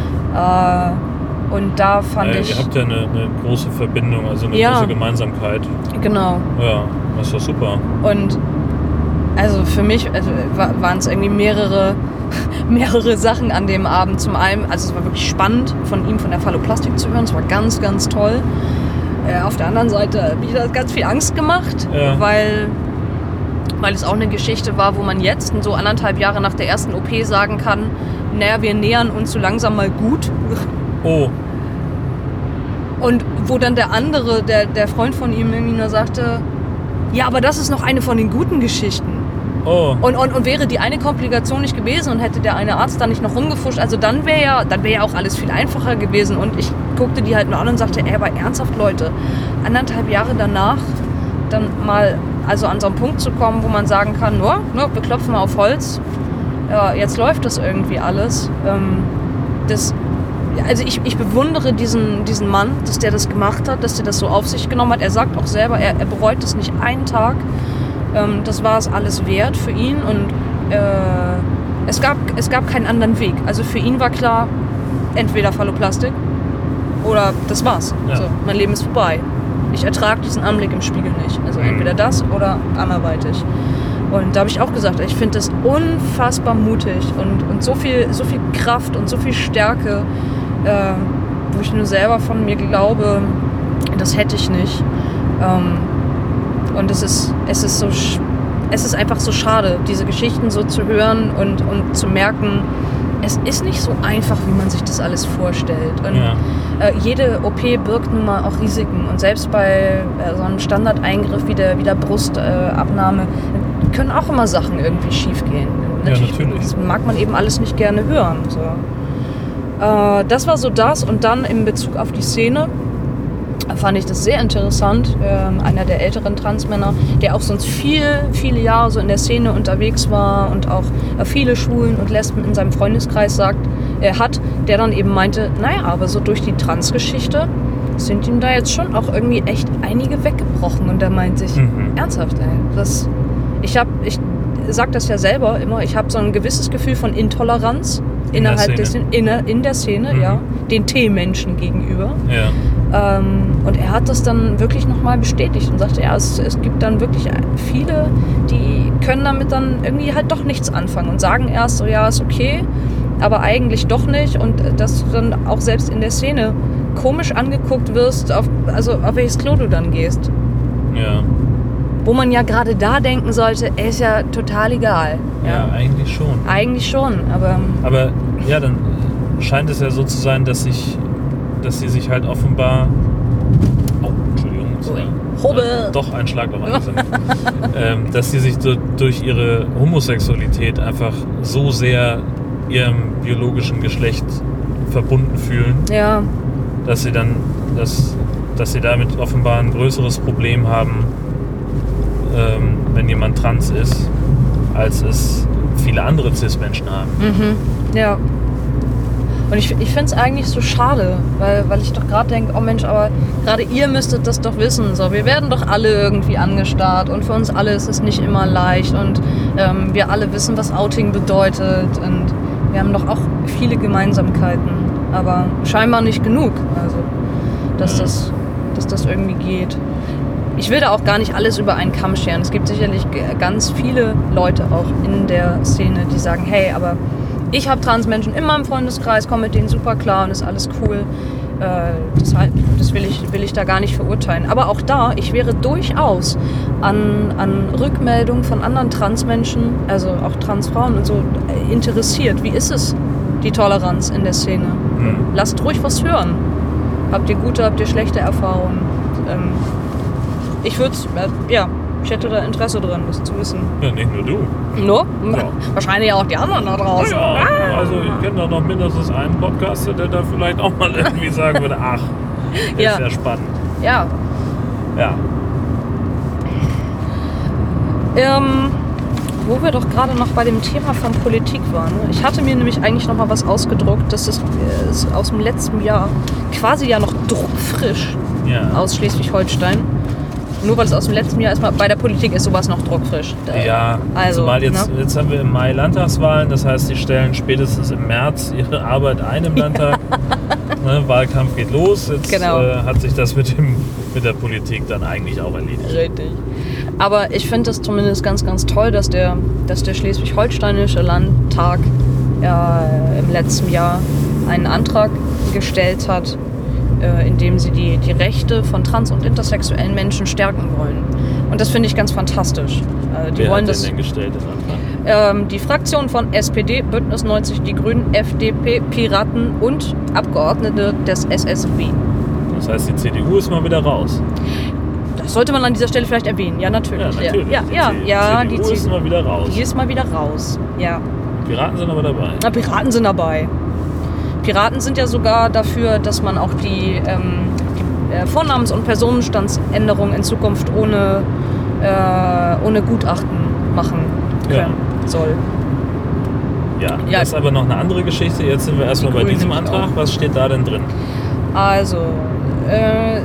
Speaker 2: Äh, und da fand
Speaker 3: Äh,
Speaker 2: ich,
Speaker 3: ihr habt ja eine, eine große Verbindung, also eine
Speaker 2: Ja.
Speaker 3: große Gemeinsamkeit.
Speaker 2: genau.
Speaker 3: Ja, das ist doch super.
Speaker 2: Und also für mich also waren es irgendwie mehrere, mehrere Sachen an dem Abend. Zum einen, also es war wirklich spannend, von ihm von der Phalloplastik zu hören. Es war ganz, ganz toll. Äh, auf der anderen Seite habe ich da ganz viel Angst gemacht,
Speaker 3: Ja.
Speaker 2: weil, weil es auch eine Geschichte war, wo man jetzt, so anderthalb Jahre nach der ersten O P, sagen kann, naja, wir nähern uns so langsam mal gut.
Speaker 3: Oh,
Speaker 2: Und wo dann der andere, der, der Freund von ihm irgendwie nur sagte, ja, aber das ist noch eine von den guten Geschichten.
Speaker 3: oh.
Speaker 2: Und, und, und wäre die eine Komplikation nicht gewesen und hätte der eine Arzt da nicht noch rumgefuscht, also dann wäre ja, dann wäre ja auch alles viel einfacher gewesen. Und ich guckte die halt nur an und sagte, ey, aber ernsthaft, Leute, anderthalb Jahre danach dann mal also an so einen Punkt zu kommen, wo man sagen kann, nur, nur wir klopfen mal auf Holz, ja, jetzt läuft das irgendwie alles. Ähm, das, also ich, ich bewundere diesen, diesen Mann, dass der das gemacht hat, dass der das so auf sich genommen hat. Er sagt auch selber, er, er bereut es nicht einen Tag. Ähm, das war es alles wert für ihn und äh, es, gab, es gab keinen anderen Weg. Also für ihn war klar, entweder Phalloplastik oder das war's.
Speaker 3: Ja.
Speaker 2: So, mein Leben ist vorbei. Ich ertrage diesen Anblick im Spiegel nicht. Also entweder das oder anderweitig. Und da habe ich auch gesagt, ich finde das unfassbar mutig und, und so viel, so viel Kraft und so viel Stärke, äh, wo ich nur selber von mir glaube, das hätte ich nicht. Ähm, und es ist, es ist so, sch- es ist einfach so schade, diese Geschichten so zu hören und, und zu merken, es ist nicht so einfach, wie man sich das alles vorstellt. Und
Speaker 3: Ja.
Speaker 2: äh, jede O P birgt nun mal auch Risiken. Und selbst bei äh, so einem Standardeingriff wie der, wie der Brustabnahme, können auch immer Sachen irgendwie schief gehen.
Speaker 3: Ja, natürlich.
Speaker 2: Das mag man eben alles nicht gerne hören. So. Äh, das war so das. Und dann in Bezug auf die Szene fand ich das sehr interessant. Ähm, einer der älteren Transmänner, der auch sonst viel, viele Jahre so in der Szene unterwegs war und auch äh, viele Schwulen und Lesben in seinem Freundeskreis sagt, er hat, der dann eben meinte, naja, aber so durch die Trans-Geschichte sind ihm da jetzt schon auch irgendwie echt einige weggebrochen. Und da meinte ich,
Speaker 3: Mhm.
Speaker 2: ernsthaft, ey, das, ich hab, ich sag das ja selber immer, ich habe so ein gewisses Gefühl von Intoleranz
Speaker 3: In der
Speaker 2: innerhalb
Speaker 3: Szene.
Speaker 2: des, in, in der Szene,
Speaker 3: Mhm.
Speaker 2: ja, den T-Menschen gegenüber.
Speaker 3: Ja.
Speaker 2: Ähm, und er hat das dann wirklich nochmal bestätigt und sagte, ja, es, es gibt dann wirklich viele, die können damit dann irgendwie halt doch nichts anfangen und sagen erst so, ja, ist okay, aber eigentlich doch nicht, und dass du dann auch selbst in der Szene komisch angeguckt wirst, auf, also auf welches Klo du dann gehst.
Speaker 3: Ja.
Speaker 2: Wo man ja gerade da denken sollte, ey, ist ja total egal.
Speaker 3: Ja, eigentlich schon.
Speaker 2: Eigentlich schon, aber
Speaker 3: Aber ja, dann scheint es ja so zu sein, dass sich, dass sie sich halt offenbar. Oh, Entschuldigung.
Speaker 2: Ui. Hobbe.
Speaker 3: Äh, doch, ein Schlag noch angesagt. ähm, dass sie sich so durch ihre Homosexualität einfach so sehr ihrem biologischen Geschlecht verbunden fühlen,
Speaker 2: ja,
Speaker 3: dass sie dann, dass, dass sie damit offenbar ein größeres Problem haben, ähm, wenn jemand trans ist, als es viele andere Cis-Menschen haben.
Speaker 2: mhm. ja. Und ich, ich finde es eigentlich so schade, weil, weil ich doch gerade denke, oh Mensch, aber gerade ihr müsstet das doch wissen. So, wir werden doch alle irgendwie angestarrt und für uns alle ist es nicht immer leicht und ähm, wir alle wissen, was Outing bedeutet und wir haben doch auch viele Gemeinsamkeiten, aber scheinbar nicht genug, also dass,
Speaker 3: Ja.
Speaker 2: das, dass das irgendwie geht. Ich will da auch gar nicht alles über einen Kamm scheren. Es gibt sicherlich g- ganz viele Leute auch in der Szene, die sagen, hey, aber ich habe Transmenschen in meinem Freundeskreis, komme mit denen super klar und ist alles cool. Äh, deshalb, das will ich, will ich da gar nicht verurteilen. Aber auch da, ich wäre durchaus an, an Rückmeldungen von anderen Transmenschen, also auch Transfrauen und so, äh, interessiert. Wie ist es, die Toleranz in der Szene?
Speaker 3: Mhm.
Speaker 2: Lasst ruhig was hören. Habt ihr gute, habt ihr schlechte Erfahrungen? Ähm, ich würde, äh, ja, ich hätte da Interesse dran, das zu wissen.
Speaker 3: Ja, nicht nur du.
Speaker 2: No?
Speaker 3: Ja.
Speaker 2: Wahrscheinlich auch die anderen da draußen.
Speaker 3: Ja, also ich kenne da noch mindestens einen Podcaster, der da vielleicht auch mal irgendwie sagen würde, ach, das
Speaker 2: Ja.
Speaker 3: ist ja spannend.
Speaker 2: Ja.
Speaker 3: Ja.
Speaker 2: Ähm, wo wir doch gerade noch bei dem Thema von Politik waren. Ne? Ich hatte mir nämlich eigentlich noch mal was ausgedruckt, das ist, äh, ist aus dem letzten Jahr, quasi ja noch druckfrisch
Speaker 3: Ja.
Speaker 2: aus Schleswig-Holstein. Nur weil es aus dem letzten Jahr ist, bei der Politik ist sowas noch druckfrisch. Äh,
Speaker 3: Ja,
Speaker 2: also,
Speaker 3: zumal jetzt,
Speaker 2: ne?
Speaker 3: jetzt haben wir im Mai Landtagswahlen, das heißt, sie stellen spätestens im März ihre Arbeit ein im Landtag. Ne, Wahlkampf geht los, jetzt
Speaker 2: Genau.
Speaker 3: äh, hat sich das mit, dem, mit der Politik dann eigentlich auch erledigt.
Speaker 2: Richtig. Aber ich finde es zumindest ganz, ganz toll, dass der, dass der Schleswig-Holsteinische Landtag äh, im letzten Jahr einen Antrag gestellt hat, äh, in dem sie die, die Rechte von trans- und intersexuellen Menschen stärken wollen. Und das finde ich ganz fantastisch. Also die
Speaker 3: Wer
Speaker 2: wollen
Speaker 3: hat
Speaker 2: das.
Speaker 3: den denn gestellt, den Antrag?
Speaker 2: Ähm, die Fraktion von S P D, Bündnis neunzig, die Grünen, F D P, Piraten und Abgeordnete des S S W.
Speaker 3: Das heißt, die C D U ist mal wieder raus.
Speaker 2: Das sollte man an dieser Stelle vielleicht erwähnen. Ja, natürlich.
Speaker 3: Ja, natürlich.
Speaker 2: Ja,
Speaker 3: Die
Speaker 2: ja,
Speaker 3: C-
Speaker 2: ja,
Speaker 3: C D U
Speaker 2: die
Speaker 3: ist
Speaker 2: C-
Speaker 3: mal wieder raus.
Speaker 2: Die ist mal wieder raus. Ja.
Speaker 3: Piraten sind aber dabei.
Speaker 2: Na, Piraten sind dabei. Piraten sind ja sogar dafür, dass man auch die, ähm, die äh, Vornamens- und Personenstandsänderung in Zukunft ohne, äh, ohne Gutachten machen können
Speaker 3: Ja.
Speaker 2: soll.
Speaker 3: Ja,
Speaker 2: Ja.
Speaker 3: das ist aber noch eine andere Geschichte. Jetzt sind wir erstmal
Speaker 2: Die
Speaker 3: bei
Speaker 2: Grünen
Speaker 3: diesem
Speaker 2: nämlich
Speaker 3: Antrag.
Speaker 2: auch.
Speaker 3: Was steht da denn drin?
Speaker 2: Also, äh,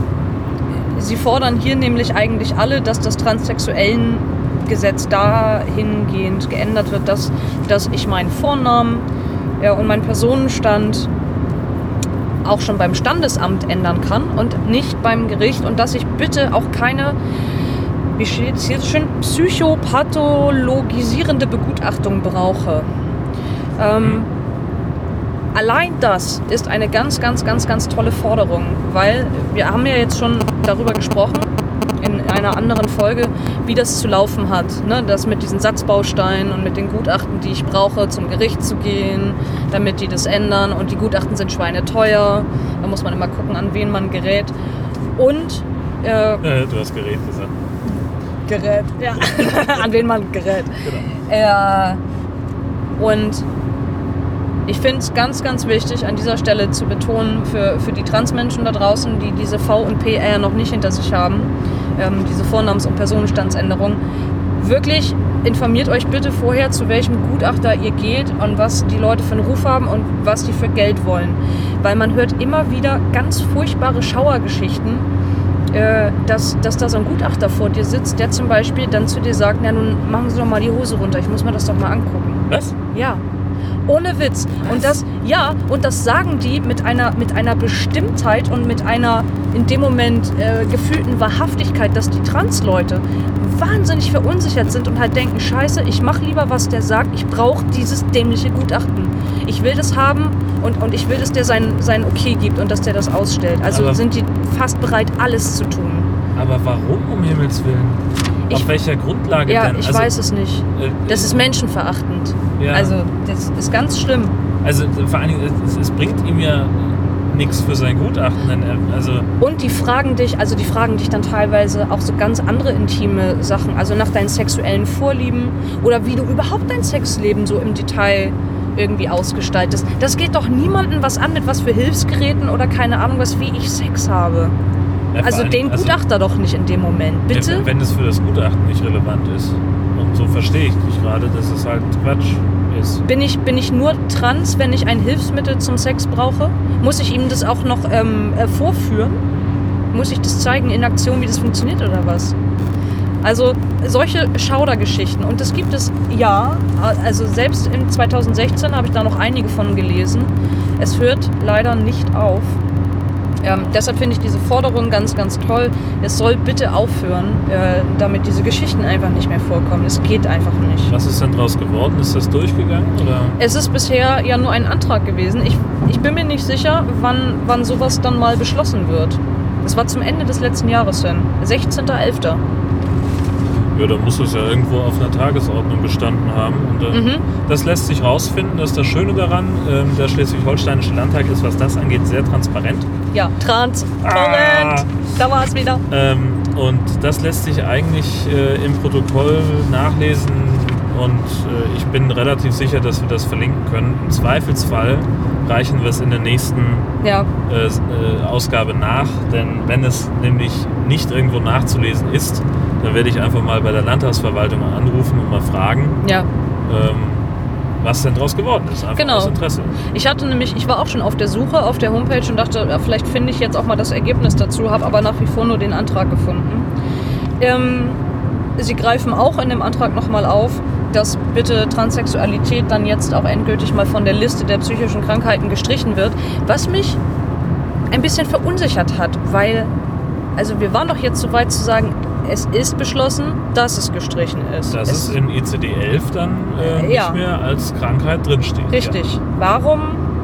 Speaker 2: sie fordern hier nämlich eigentlich alle, dass das Transsexuellengesetz dahingehend geändert wird, dass, dass ich meinen Vornamen ja, und meinen Personenstand auch schon beim Standesamt ändern kann und nicht beim Gericht und dass ich bitte auch keine, wie steht es jetzt schön, psychopathologisierende Begutachtung brauche. Ähm, Allein das ist eine ganz, ganz, ganz, ganz tolle Forderung, weil wir haben ja jetzt schon darüber gesprochen in einer anderen Folge, wie das zu laufen hat. Ne? Das mit diesen Satzbausteinen und mit den Gutachten, die ich brauche, zum Gericht zu gehen, damit die das ändern. Und die Gutachten sind schweineteuer. Da muss man immer gucken, an wen man gerät. Und äh,
Speaker 3: Äh, du hast Gerät gesagt.
Speaker 2: gerät. Ja. An wen man gerät.
Speaker 3: Genau.
Speaker 2: Äh, und ich finde es ganz, ganz wichtig, an dieser Stelle zu betonen, für, für die Transmenschen da draußen, die diese V und P R noch nicht hinter sich haben, ähm, diese Vornamens- und Personenstandsänderung, wirklich informiert euch bitte vorher, zu welchem Gutachter ihr geht und was die Leute für einen Ruf haben und was die für Geld wollen. Weil man hört immer wieder ganz furchtbare Schauergeschichten, äh, dass, dass da so ein Gutachter vor dir sitzt, der zum Beispiel dann zu dir sagt, na nun machen Sie doch mal die Hose runter, ich muss mir das doch mal angucken.
Speaker 3: Was?
Speaker 2: Ja. Ohne Witz. Und das, ja, und das sagen die mit einer, mit einer Bestimmtheit und mit einer in dem Moment äh, gefühlten Wahrhaftigkeit, dass die Transleute wahnsinnig verunsichert sind und halt denken, scheiße, ich mache lieber, was der sagt, ich brauche dieses dämliche Gutachten. Ich will das haben und, und ich will, dass der sein, sein Okay gibt und dass der das ausstellt. Also
Speaker 3: Aber
Speaker 2: sind die fast bereit, alles zu tun.
Speaker 3: Aber warum, um Himmels Willen?
Speaker 2: Ich,
Speaker 3: Auf welcher Grundlage
Speaker 2: ja,
Speaker 3: denn?
Speaker 2: ich
Speaker 3: Also,
Speaker 2: weiß es nicht.
Speaker 3: äh,
Speaker 2: Das ist menschenverachtend.
Speaker 3: Ja.
Speaker 2: Also das ist ganz schlimm.
Speaker 3: Also vor allen Dingen, es, es bringt ihm ja nichts für sein Gutachten. Denn er, also
Speaker 2: Und die fragen dich, also die fragen dich dann teilweise auch so ganz andere intime Sachen, also nach deinen sexuellen Vorlieben oder wie du überhaupt dein Sexleben so im Detail irgendwie ausgestaltest. Das geht doch niemandem was an, mit was für Hilfsgeräten oder keine Ahnung was, wie ich Sex habe.
Speaker 3: ja, vor
Speaker 2: Also
Speaker 3: allen
Speaker 2: den
Speaker 3: Dingen, also,
Speaker 2: Gutachter doch nicht in dem Moment, bitte?
Speaker 3: Wenn, wenn es für das Gutachten nicht relevant ist. Und so verstehe ich dich gerade, dass es halt Quatsch ist.
Speaker 2: Bin ich, bin ich nur trans, wenn ich ein Hilfsmittel zum Sex brauche? Muss ich ihm das auch noch ähm, äh, vorführen? Muss ich das zeigen in Aktion, wie das funktioniert oder was? Also solche Schaudergeschichten. Und das gibt es, ja, also selbst in zweitausendsechzehn habe ich da noch einige von gelesen. Es hört leider nicht auf. Ähm, deshalb finde ich diese Forderung ganz, ganz toll. Es soll bitte aufhören, äh, damit diese Geschichten einfach nicht mehr vorkommen. Es geht einfach nicht.
Speaker 3: Was ist denn draus geworden? Ist das durchgegangen? Oder?
Speaker 2: Es ist bisher ja nur ein Antrag gewesen. Ich, ich bin mir nicht sicher, wann, wann sowas dann mal beschlossen wird. Das war zum Ende des letzten Jahres hin, sechzehnter elfter
Speaker 3: Ja, da muss es ja irgendwo auf einer Tagesordnung bestanden haben. Und äh,
Speaker 2: Mhm.
Speaker 3: das lässt sich rausfinden. Das ist das Schöne daran. Ähm, der Schleswig-Holsteinische Landtag ist, was das angeht, sehr transparent.
Speaker 2: Ja, transparent.
Speaker 3: Ah.
Speaker 2: Da war es wieder.
Speaker 3: Ähm, und das lässt sich eigentlich äh, im Protokoll nachlesen. Und äh, ich bin relativ sicher, dass wir das verlinken können. Im Zweifelsfall reichen wir es in der nächsten
Speaker 2: Ja,
Speaker 3: äh, äh, Ausgabe nach. Denn wenn es nämlich nicht irgendwo nachzulesen ist, dann werde ich einfach mal bei der Landtagsverwaltung anrufen und mal fragen,
Speaker 2: ja.
Speaker 3: ähm, was denn draus geworden ist. Einfach
Speaker 2: Genau.
Speaker 3: aus Interesse.
Speaker 2: Ich hatte nämlich, ich war auch schon auf der Suche auf der Homepage und dachte, ja, vielleicht finde ich jetzt auch mal das Ergebnis dazu, habe aber nach wie vor nur den Antrag gefunden. Ähm, sie greifen auch in dem Antrag nochmal auf, dass bitte Transsexualität dann jetzt auch endgültig mal von der Liste der psychischen Krankheiten gestrichen wird, was mich ein bisschen verunsichert hat, weil, also wir waren doch jetzt so weit zu sagen, es ist beschlossen, dass es gestrichen ist.
Speaker 3: Dass
Speaker 2: es
Speaker 3: es in I C D elf dann äh,
Speaker 2: Äh, ja.
Speaker 3: nicht mehr als Krankheit drinsteht.
Speaker 2: Richtig. Warum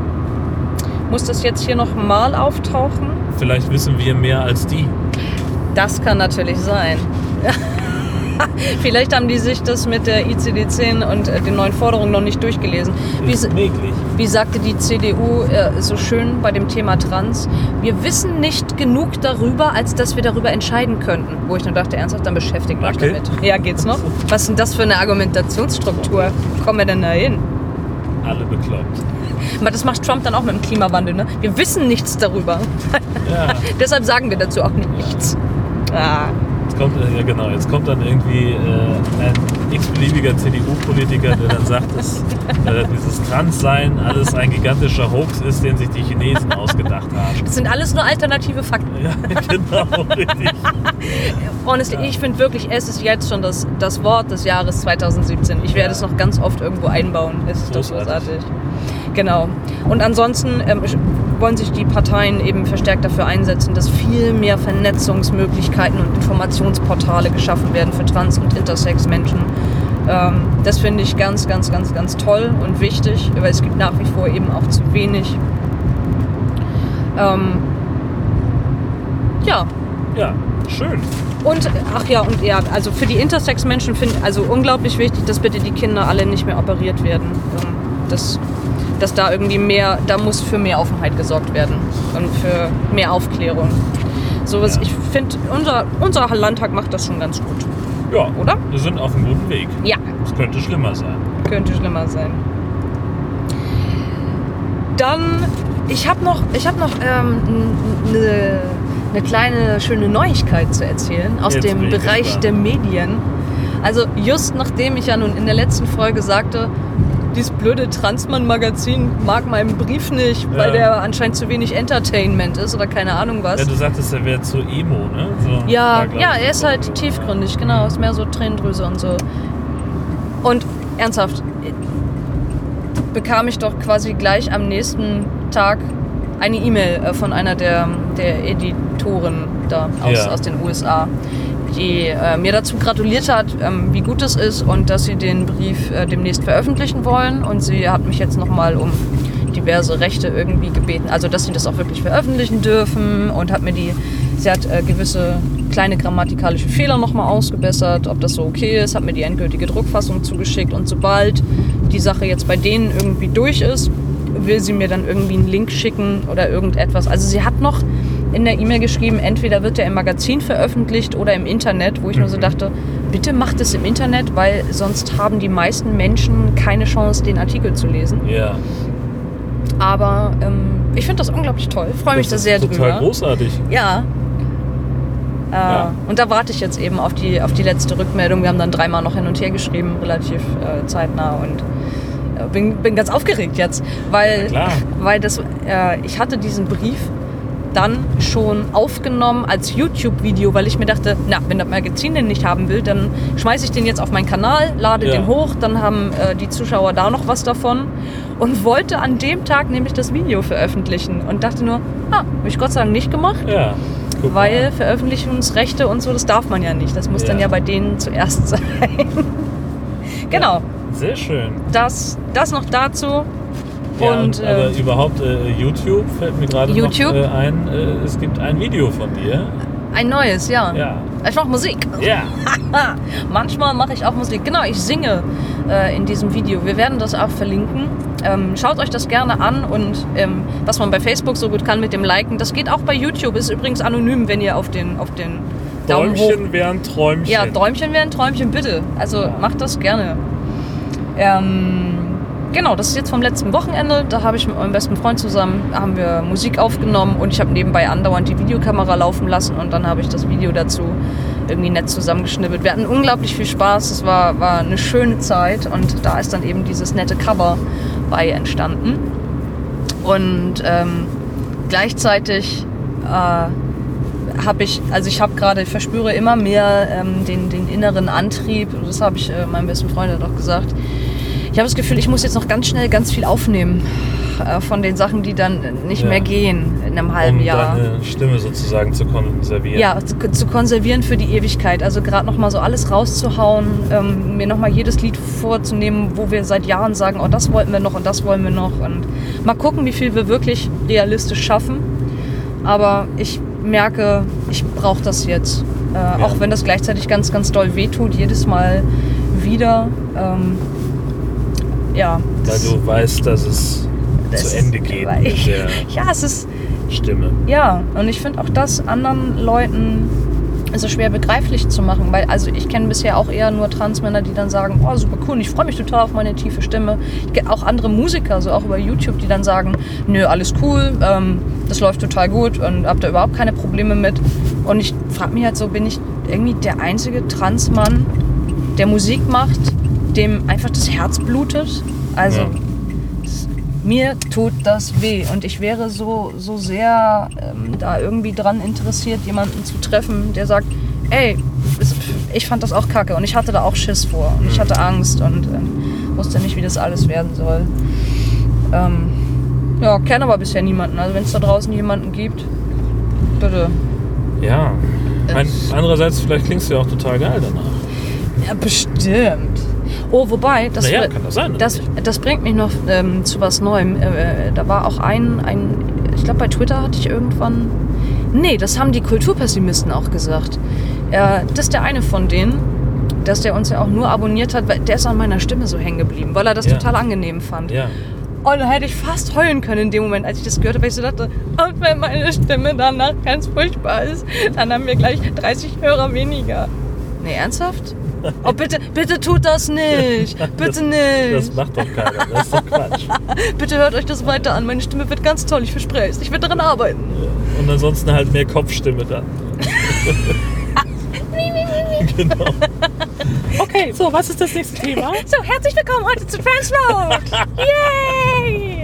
Speaker 2: muss das jetzt hier nochmal auftauchen?
Speaker 3: Ja. Vielleicht wissen wir mehr als die.
Speaker 2: Das kann natürlich sein. Vielleicht haben die sich das mit der I C D zehn und äh, den neuen Forderungen noch nicht durchgelesen. Wie,
Speaker 3: Ist möglich.
Speaker 2: wie sagte die C D U äh, so schön bei dem Thema Trans, wir wissen nicht genug darüber, als dass wir darüber entscheiden könnten. Wo ich nur dachte, ernsthaft, dann beschäftigt euch
Speaker 3: Okay.
Speaker 2: damit. Ja, geht's noch? Was ist denn das für eine Argumentationsstruktur? Kommen wir denn da hin?
Speaker 3: Alle bekloppt.
Speaker 2: Aber das macht Trump dann auch mit dem Klimawandel, ne? Wir wissen nichts darüber.
Speaker 3: Ja.
Speaker 2: Deshalb sagen wir dazu auch nichts. Ah.
Speaker 3: Jetzt kommt, äh, ja genau, jetzt kommt dann irgendwie äh, ein x-beliebiger C D U-Politiker, der dann sagt, dass äh, dieses Transsein alles ein gigantischer Hoax ist, den sich die Chinesen ausgedacht haben.
Speaker 2: Das sind alles nur alternative Fakten.
Speaker 3: Ja, genau, richtig.
Speaker 2: Honestly,
Speaker 3: Ja.
Speaker 2: ich finde wirklich, es ist jetzt schon das, das Wort des Jahres zweitausendsiebzehn. Ich werde
Speaker 3: Ja.
Speaker 2: es noch ganz oft irgendwo einbauen. Es ist doch
Speaker 3: Großartig.
Speaker 2: großartig. Genau. Und ansonsten ähm, wollen sich die Parteien eben verstärkt dafür einsetzen, dass viel mehr Vernetzungsmöglichkeiten und Informationsportale geschaffen werden für Trans- und Intersex-Menschen. Ähm, das finde ich ganz, ganz, ganz, ganz toll und wichtig, weil es gibt nach wie vor eben auch zu wenig. Ähm, ja,
Speaker 3: Ja, schön.
Speaker 2: und, ach ja, und ja, also für die Intersex-Menschen finde ich also unglaublich wichtig, dass bitte die Kinder alle nicht mehr operiert werden. Ähm, Das, dass da irgendwie mehr, da muss für mehr Offenheit gesorgt werden und für mehr Aufklärung. Sowas,
Speaker 3: Ja.
Speaker 2: ich finde, unser, unser Landtag macht das schon ganz gut.
Speaker 3: Ja,
Speaker 2: oder?
Speaker 3: Wir sind auf einem guten Weg.
Speaker 2: Ja.
Speaker 3: Es könnte schlimmer sein.
Speaker 2: Könnte schlimmer sein. Dann, ich habe noch, ich hab noch ähm, eine, eine kleine schöne Neuigkeit zu erzählen aus
Speaker 3: Jetzt
Speaker 2: dem
Speaker 3: bin ich
Speaker 2: Bereich
Speaker 3: gespannt.
Speaker 2: der Medien. Also just nachdem ich ja nun in der letzten Folge sagte, dieses blöde Transmann-Magazin mag meinen Brief nicht,
Speaker 3: Ja.
Speaker 2: weil der anscheinend zu wenig Entertainment ist oder keine Ahnung was.
Speaker 3: Ja, du sagtest, er wäre zu emo, ne? So,
Speaker 2: Ja,
Speaker 3: war, glaub
Speaker 2: ja,
Speaker 3: ich,
Speaker 2: er ist
Speaker 3: so.
Speaker 2: halt tiefgründig, genau. Ist mehr so Tränendrüse und so. Und ernsthaft, bekam ich doch quasi gleich am nächsten Tag eine E-Mail äh, von einer der, der Editoren da aus,
Speaker 3: Ja.
Speaker 2: aus den U S A, die äh, mir dazu gratuliert hat, ähm, wie gut es ist und dass sie den Brief äh, demnächst veröffentlichen wollen. Und sie hat mich jetzt nochmal um diverse Rechte irgendwie gebeten, also dass sie das auch wirklich veröffentlichen dürfen, und hat mir die, sie hat äh, gewisse kleine grammatikalische Fehler nochmal ausgebessert, ob das so okay ist, hat mir die endgültige Druckfassung zugeschickt, und sobald die Sache jetzt bei denen irgendwie durch ist, will sie mir dann irgendwie einen Link schicken oder irgendetwas. Also sie hat noch in der E-Mail geschrieben, entweder wird er im Magazin veröffentlicht oder im Internet, wo ich nur so dachte, bitte macht es im Internet, weil sonst haben die meisten Menschen keine Chance, den Artikel zu lesen.
Speaker 3: Ja.
Speaker 2: Aber ähm, ich finde das unglaublich toll. Freue mich da
Speaker 3: Das
Speaker 2: sehr
Speaker 3: ist total
Speaker 2: drüber.
Speaker 3: großartig.
Speaker 2: Ja. Äh,
Speaker 3: Ja.
Speaker 2: Und da warte ich jetzt eben auf die, auf die letzte Rückmeldung. Wir haben dann dreimal noch hin und her geschrieben, relativ äh, zeitnah, und äh, bin, bin ganz aufgeregt jetzt, weil,
Speaker 3: Ja, klar.
Speaker 2: weil das, äh, ich hatte diesen Brief dann schon aufgenommen als YouTube-Video, weil ich mir dachte, na, wenn das Magazin den nicht haben will, dann schmeiße ich den jetzt auf meinen Kanal, lade
Speaker 3: Ja.
Speaker 2: den hoch, dann haben äh, die Zuschauer da noch was davon, und wollte an dem Tag nämlich das Video veröffentlichen und dachte nur, ah, habe ich Gott sei Dank nicht gemacht,
Speaker 3: Ja. Guck
Speaker 2: weil
Speaker 3: mal.
Speaker 2: Veröffentlichungsrechte und so, das darf man ja nicht, das muss
Speaker 3: Ja.
Speaker 2: dann ja bei denen zuerst sein. Genau,
Speaker 3: Sehr schön.
Speaker 2: das, das noch dazu.
Speaker 3: Ja,
Speaker 2: und,
Speaker 3: und, aber
Speaker 2: äh,
Speaker 3: überhaupt äh, YouTube fällt mir gerade noch
Speaker 2: YouTube?
Speaker 3: äh, ein. Äh, es gibt ein Video von dir.
Speaker 2: ein neues, ja.
Speaker 3: Ja.
Speaker 2: Ich mache Musik.
Speaker 3: Ja.
Speaker 2: Manchmal mache ich auch Musik. Genau, ich singe äh, in diesem Video. Wir werden das auch verlinken. Ähm, schaut euch das gerne an, und ähm, was man bei Facebook so gut kann mit dem Liken, das geht auch bei YouTube. Ist übrigens anonym, wenn ihr auf den, auf den Daumen hoch...
Speaker 3: Däumchen wären Träumchen.
Speaker 2: Ja, Däumchen wären Träumchen, bitte. Also macht das gerne. Ähm, genau, das ist jetzt vom letzten Wochenende. Da habe ich mit meinem besten Freund zusammen, haben wir Musik aufgenommen, und ich habe nebenbei andauernd die Videokamera laufen lassen, und dann habe ich das Video dazu irgendwie nett zusammengeschnippelt. Wir hatten unglaublich viel Spaß, es war, war eine schöne Zeit, und da ist dann eben dieses nette Cover bei entstanden. Und ähm, gleichzeitig äh, habe ich, also ich habe gerade, ich verspüre immer mehr ähm, den, den inneren Antrieb, das habe ich äh, meinem besten Freund doch gesagt. Ich habe das Gefühl, ich muss jetzt noch ganz schnell ganz viel aufnehmen äh, von den Sachen, die dann nicht
Speaker 3: Ja.
Speaker 2: mehr gehen in einem halben
Speaker 3: um
Speaker 2: Jahr.
Speaker 3: deine Stimme sozusagen zu konservieren.
Speaker 2: Ja, zu, zu konservieren für die Ewigkeit. Also gerade nochmal so alles rauszuhauen, ähm, mir nochmal jedes Lied vorzunehmen, wo wir seit Jahren sagen, oh, das wollten wir noch und das wollen wir noch. Und mal gucken, wie viel wir wirklich realistisch schaffen. Aber ich merke, ich brauche das jetzt. Äh,
Speaker 3: Ja.
Speaker 2: Auch wenn das gleichzeitig ganz, ganz doll wehtut, jedes Mal wieder. Ähm, ja.
Speaker 3: Weil
Speaker 2: das-
Speaker 3: du weißt, dass es
Speaker 2: das
Speaker 3: zu Ende geht
Speaker 2: weil
Speaker 3: mit
Speaker 2: ich-
Speaker 3: der
Speaker 2: Ja, es ist...
Speaker 3: Stimme.
Speaker 2: Ja, und ich finde auch das anderen Leuten so schwer begreiflich zu machen, weil also ich kenne bisher auch eher nur Transmänner, die dann sagen, oh super cool, ich freue mich total auf meine tiefe Stimme. Ich kenne auch andere Musiker, so auch über YouTube, die dann sagen, nö, alles cool, ähm, das läuft total gut und hab da überhaupt keine Probleme mit. Und ich frage mich halt so, bin ich irgendwie der einzige Transmann, der Musik macht, dem einfach das Herz blutet? Also...
Speaker 3: Ja.
Speaker 2: Mir tut das weh, und ich wäre so, so sehr ähm, da irgendwie dran interessiert, jemanden zu treffen, der sagt, ey, es, ich fand das auch kacke und ich hatte da auch Schiss vor und ich hatte Angst und ähm, wusste nicht, wie das alles werden soll. Ähm, ja, kenne aber bisher niemanden. Also wenn es da draußen jemanden gibt, bitte.
Speaker 3: Ja. Ein,
Speaker 2: Es-
Speaker 3: andererseits, vielleicht klingst du ja auch total geil danach.
Speaker 2: Ja, bestimmt. Oh, wobei, das,
Speaker 3: Naja,
Speaker 2: wird-
Speaker 3: kann das sein, oder
Speaker 2: das,
Speaker 3: nicht?
Speaker 2: das bringt mich noch ähm, zu was Neuem. Äh, da war auch ein, ein ich glaube bei Twitter hatte ich irgendwann, nee, das haben die Kulturpessimisten auch gesagt. Äh, das ist der eine von denen, dass der uns ja auch nur abonniert hat, weil der ist an meiner Stimme so hängen geblieben, weil er das
Speaker 3: Ja.
Speaker 2: total angenehm fand.
Speaker 3: Ja.
Speaker 2: Und da hätte ich fast heulen können in dem Moment, als ich das gehört habe, weil ich so dachte, und wenn meine Stimme danach ganz furchtbar ist, dann haben wir gleich dreißig Hörer weniger. Nee, ernsthaft? Oh, bitte, bitte tut das nicht. Bitte
Speaker 3: das,
Speaker 2: nicht.
Speaker 3: Das macht doch keiner. Das ist doch Quatsch.
Speaker 2: Bitte hört euch das weiter an. Meine Stimme wird ganz toll. Ich verspreche es. Ich werde daran arbeiten.
Speaker 3: Und ansonsten halt mehr Kopfstimme dann. Genau. Okay, so, was ist das nächste Thema?
Speaker 2: So, herzlich willkommen heute zu Transload. Yay!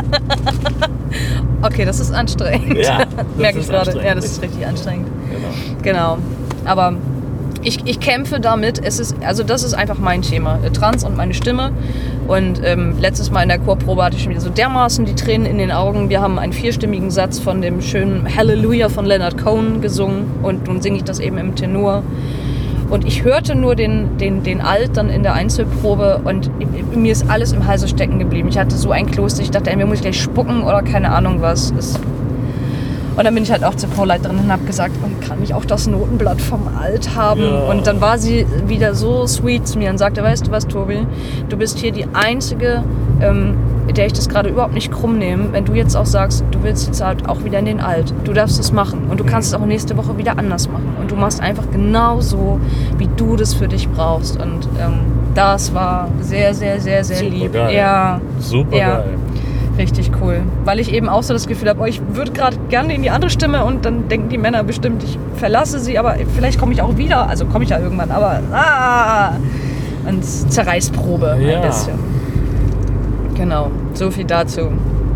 Speaker 2: Okay, das ist anstrengend.
Speaker 3: Ja,
Speaker 2: merke ich gerade.
Speaker 3: anstrengend.
Speaker 2: Ja, das ist richtig anstrengend.
Speaker 3: Genau.
Speaker 2: Genau. Aber ich, ich kämpfe damit. Es ist, also das ist einfach mein Thema. Trans und meine Stimme. Und ähm, letztes Mal in der Chorprobe hatte ich schon wieder so dermaßen die Tränen in den Augen. Wir haben einen vierstimmigen Satz von dem schönen Hallelujah von Leonard Cohen gesungen. Und nun singe ich das eben im Tenor. Und ich hörte nur den, den, den Alt dann in der Einzelprobe und mir ist alles im Halse stecken geblieben. Ich hatte so ein Kloster, ich dachte, entweder muss ich gleich spucken oder keine Ahnung was. Und dann bin ich halt auch zur Chorleiterin und habe gesagt, kann ich auch das Notenblatt vom Alt haben?
Speaker 3: Ja.
Speaker 2: Und dann war sie wieder so sweet zu mir und sagte, weißt du was, Tobi, du bist hier die Einzige, ähm, der ich das gerade überhaupt nicht krumm nehme, wenn du jetzt auch sagst, du willst jetzt halt auch wieder in den Alt. Du darfst es machen und du kannst es auch nächste Woche wieder anders machen. Und du machst einfach genau so, wie du das für dich brauchst. Und ähm, das war sehr, sehr, sehr, sehr
Speaker 3: Super
Speaker 2: lieb.
Speaker 3: geil.
Speaker 2: Ja,
Speaker 3: Super
Speaker 2: ja.
Speaker 3: geil.
Speaker 2: Richtig cool. Weil ich eben auch so das Gefühl habe, oh, ich würde gerade gerne in die andere Stimme und dann denken die Männer bestimmt, ich verlasse sie, aber vielleicht komme ich auch wieder. Also komme ich ja irgendwann, aber ah, und Zerreißprobe
Speaker 3: Ja.
Speaker 2: ein bisschen. Genau, so viel dazu.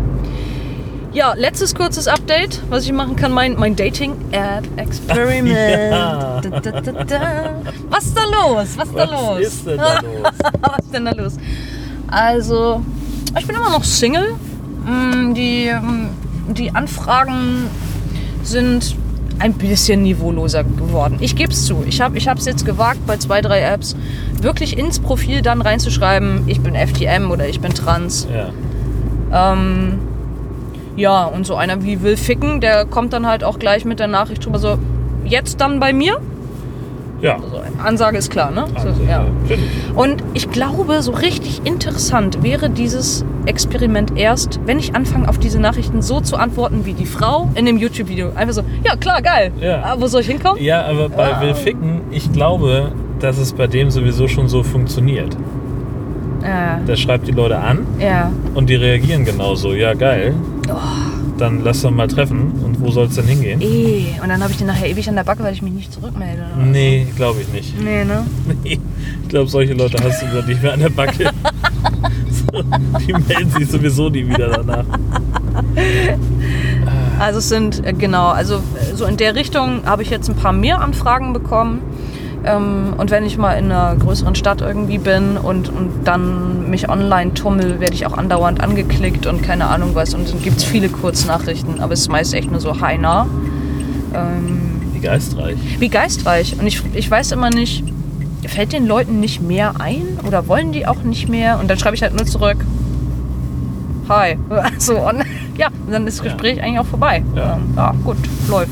Speaker 2: Ja, letztes kurzes Update, was ich machen kann, mein, mein Dating-App-Experiment.
Speaker 3: Ja.
Speaker 2: Da, da, da, da. Was ist da los? Was ist da
Speaker 3: Was
Speaker 2: los?
Speaker 3: ist denn da los?
Speaker 2: Was ist denn da los? Also, ich bin immer noch Single. Mm, Die, mm, die Anfragen sind ein bisschen niveauloser geworden. Ich gebe es zu. Ich habe es jetzt gewagt, bei zwei, drei Apps wirklich ins Profil dann reinzuschreiben, ich bin F T M oder ich bin trans.
Speaker 3: Ja.
Speaker 2: Ähm, ja, und so einer wie will ficken, der kommt dann halt auch gleich mit der Nachricht drüber so, jetzt dann bei mir?
Speaker 3: Ja.
Speaker 2: Also, Ansage ist klar, ne? So,
Speaker 3: Also,
Speaker 2: ja.
Speaker 3: finde ich.
Speaker 2: Und ich glaube, so richtig interessant wäre dieses Experiment erst, wenn ich anfange, auf diese Nachrichten so zu antworten wie die Frau in dem YouTube-Video. Einfach so, ja klar, geil.
Speaker 3: Ja.
Speaker 2: Ah, wo soll ich hinkommen?
Speaker 3: Ja, aber bei
Speaker 2: Ja.
Speaker 3: Will Ficken, ich glaube, dass es bei dem sowieso schon so funktioniert.
Speaker 2: Ja.
Speaker 3: Der schreibt die Leute an
Speaker 2: Ja.
Speaker 3: und die reagieren genauso. Ja, geil.
Speaker 2: Oh.
Speaker 3: Dann lass doch mal treffen. Und wo soll es denn hingehen?
Speaker 2: Eh. Und dann habe ich den nachher ewig an der Backe, weil ich mich nicht zurückmelde. Oder?
Speaker 3: Nee, glaube ich nicht.
Speaker 2: Nee, ne?
Speaker 3: Nee. Ich glaube, solche Leute hast du dann nicht mehr an der Backe. So, die melden sich sowieso nie wieder danach.
Speaker 2: Also es sind, äh, genau, also äh, so in der Richtung habe ich jetzt ein paar mehr Anfragen bekommen. Ähm, und wenn ich mal in einer größeren Stadt irgendwie bin und, und dann mich online tummel, werde ich auch andauernd angeklickt und keine Ahnung was. Und dann gibt es viele Kurznachrichten, aber es ist meist echt nur so hi, na. Ähm,
Speaker 3: Wie geistreich.
Speaker 2: wie geistreich. Und ich, ich weiß immer nicht, fällt den Leuten nicht mehr ein oder wollen die auch nicht mehr? Und dann schreibe ich halt nur zurück, hi. So, und ja, und dann ist das Gespräch
Speaker 3: Ja.
Speaker 2: eigentlich auch vorbei.
Speaker 3: Ja.
Speaker 2: Ähm, ja, gut, läuft.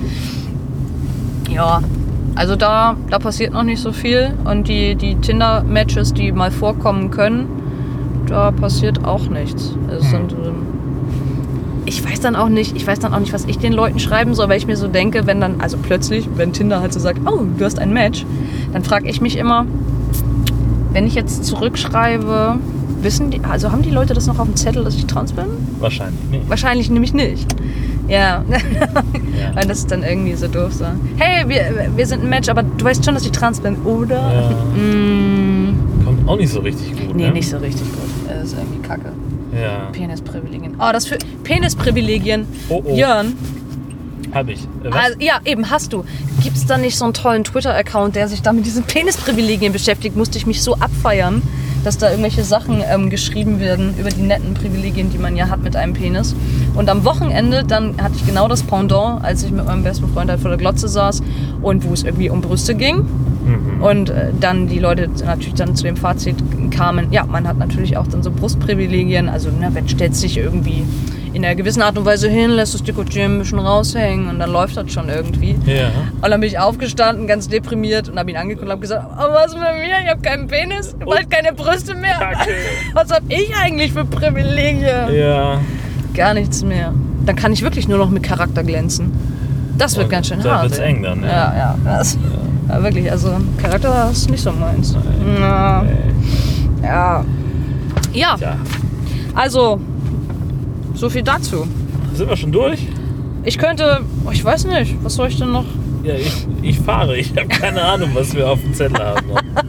Speaker 2: Ja, also da, da passiert noch nicht so viel. Und die, die Tinder-Matches, die mal vorkommen können, da passiert auch nichts. Es
Speaker 3: Hm.
Speaker 2: sind, ähm, ich weiß dann auch nicht, ich weiß dann auch nicht, was ich den Leuten schreiben soll, weil ich mir so denke, wenn dann, also plötzlich, wenn Tinder halt so sagt, oh, du hast ein Match, dann frage ich mich immer, wenn ich jetzt zurückschreibe, wissen die, also haben die Leute das noch auf dem Zettel, dass ich trans bin?
Speaker 3: Wahrscheinlich nicht.
Speaker 2: Wahrscheinlich nämlich nicht. Ja,
Speaker 3: Ja.
Speaker 2: weil das ist dann irgendwie so doof so. Hey, wir, wir sind ein Match, aber du weißt schon, dass ich trans bin, oder?
Speaker 3: Ja.
Speaker 2: Mm,
Speaker 3: Kommt auch nicht so richtig gut,
Speaker 2: nee,
Speaker 3: ne?
Speaker 2: nicht so richtig gut. Das ist irgendwie kacke.
Speaker 3: Ja,
Speaker 2: Penisprivilegien. Oh, das für Penisprivilegien.
Speaker 3: Oh, oh.
Speaker 2: Jörn.
Speaker 3: hab ich. Äh, was?
Speaker 2: Also, ja, eben, hast du. Gibt es da nicht so einen tollen Twitter-Account, der sich da mit diesen Penisprivilegien beschäftigt? Musste ich mich so abfeiern, dass da irgendwelche Sachen ähm, geschrieben werden über die netten Privilegien, die man ja hat mit einem Penis. Und am Wochenende, dann hatte ich genau das Pendant, als ich mit meinem besten Freund halt vor der Glotze saß und wo es irgendwie um Brüste ging.
Speaker 3: Mhm.
Speaker 2: Und äh, dann die Leute natürlich dann zu dem Fazit kamen, ja, man hat natürlich auch dann so Brustprivilegien, also na, wenn stellt sich irgendwie in einer gewissen Art und Weise hin, lässt das Dekolleté ein bisschen raushängen und dann läuft das schon irgendwie.
Speaker 3: Ja.
Speaker 2: Und dann bin ich aufgestanden, ganz deprimiert und habe ihn angeguckt und habe gesagt, oh, was mit mir? Ich habe keinen Penis, bald keine Brüste mehr.
Speaker 3: Kacke.
Speaker 2: Was habe ich eigentlich für Privilegien?
Speaker 3: Ja.
Speaker 2: Gar nichts mehr. Dann kann ich wirklich nur noch mit Charakter glänzen. Das wird
Speaker 3: Und
Speaker 2: ganz schön
Speaker 3: da
Speaker 2: hart.
Speaker 3: wird's
Speaker 2: ey.
Speaker 3: eng dann, ja.
Speaker 2: Ja, ja. Das, Ja, wirklich, also Charakter ist nicht so meins. Na, ja. Ja,
Speaker 3: Tja,
Speaker 2: also, so viel dazu.
Speaker 3: sind wir schon durch?
Speaker 2: Ich könnte, oh, ich weiß nicht, was soll ich denn noch?
Speaker 3: Ja, ich, ich fahre. Ich habe keine Ahnung, was wir auf dem Zettel haben.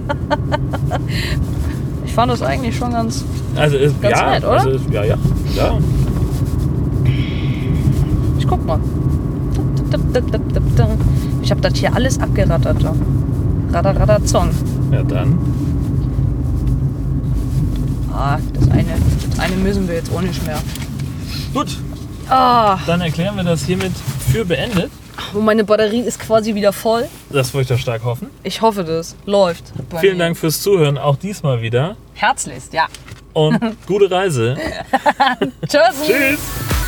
Speaker 2: Ich fand das eigentlich schon ganz...
Speaker 3: Also, ist,
Speaker 2: Ganz
Speaker 3: ja,
Speaker 2: nett, oder?
Speaker 3: Also, ist- ja, ja, ja.
Speaker 2: Ich guck mal. Ich habe das hier alles abgerattert. Radar, radar, Zong.
Speaker 3: Ja, dann.
Speaker 2: Ah, das eine, das eine müssen wir jetzt auch nicht mehr.
Speaker 3: Gut,
Speaker 2: Ah,
Speaker 3: dann erklären wir das hiermit für beendet.
Speaker 2: und meine Batterie ist quasi wieder voll.
Speaker 3: Das wollte ich doch stark hoffen.
Speaker 2: Ich hoffe, das läuft. bei
Speaker 3: Vielen
Speaker 2: mir.
Speaker 3: Dank fürs Zuhören, auch diesmal wieder.
Speaker 2: Herzlichst, ja.
Speaker 3: Und gute Reise.
Speaker 2: Tschüss.
Speaker 3: Tschüss.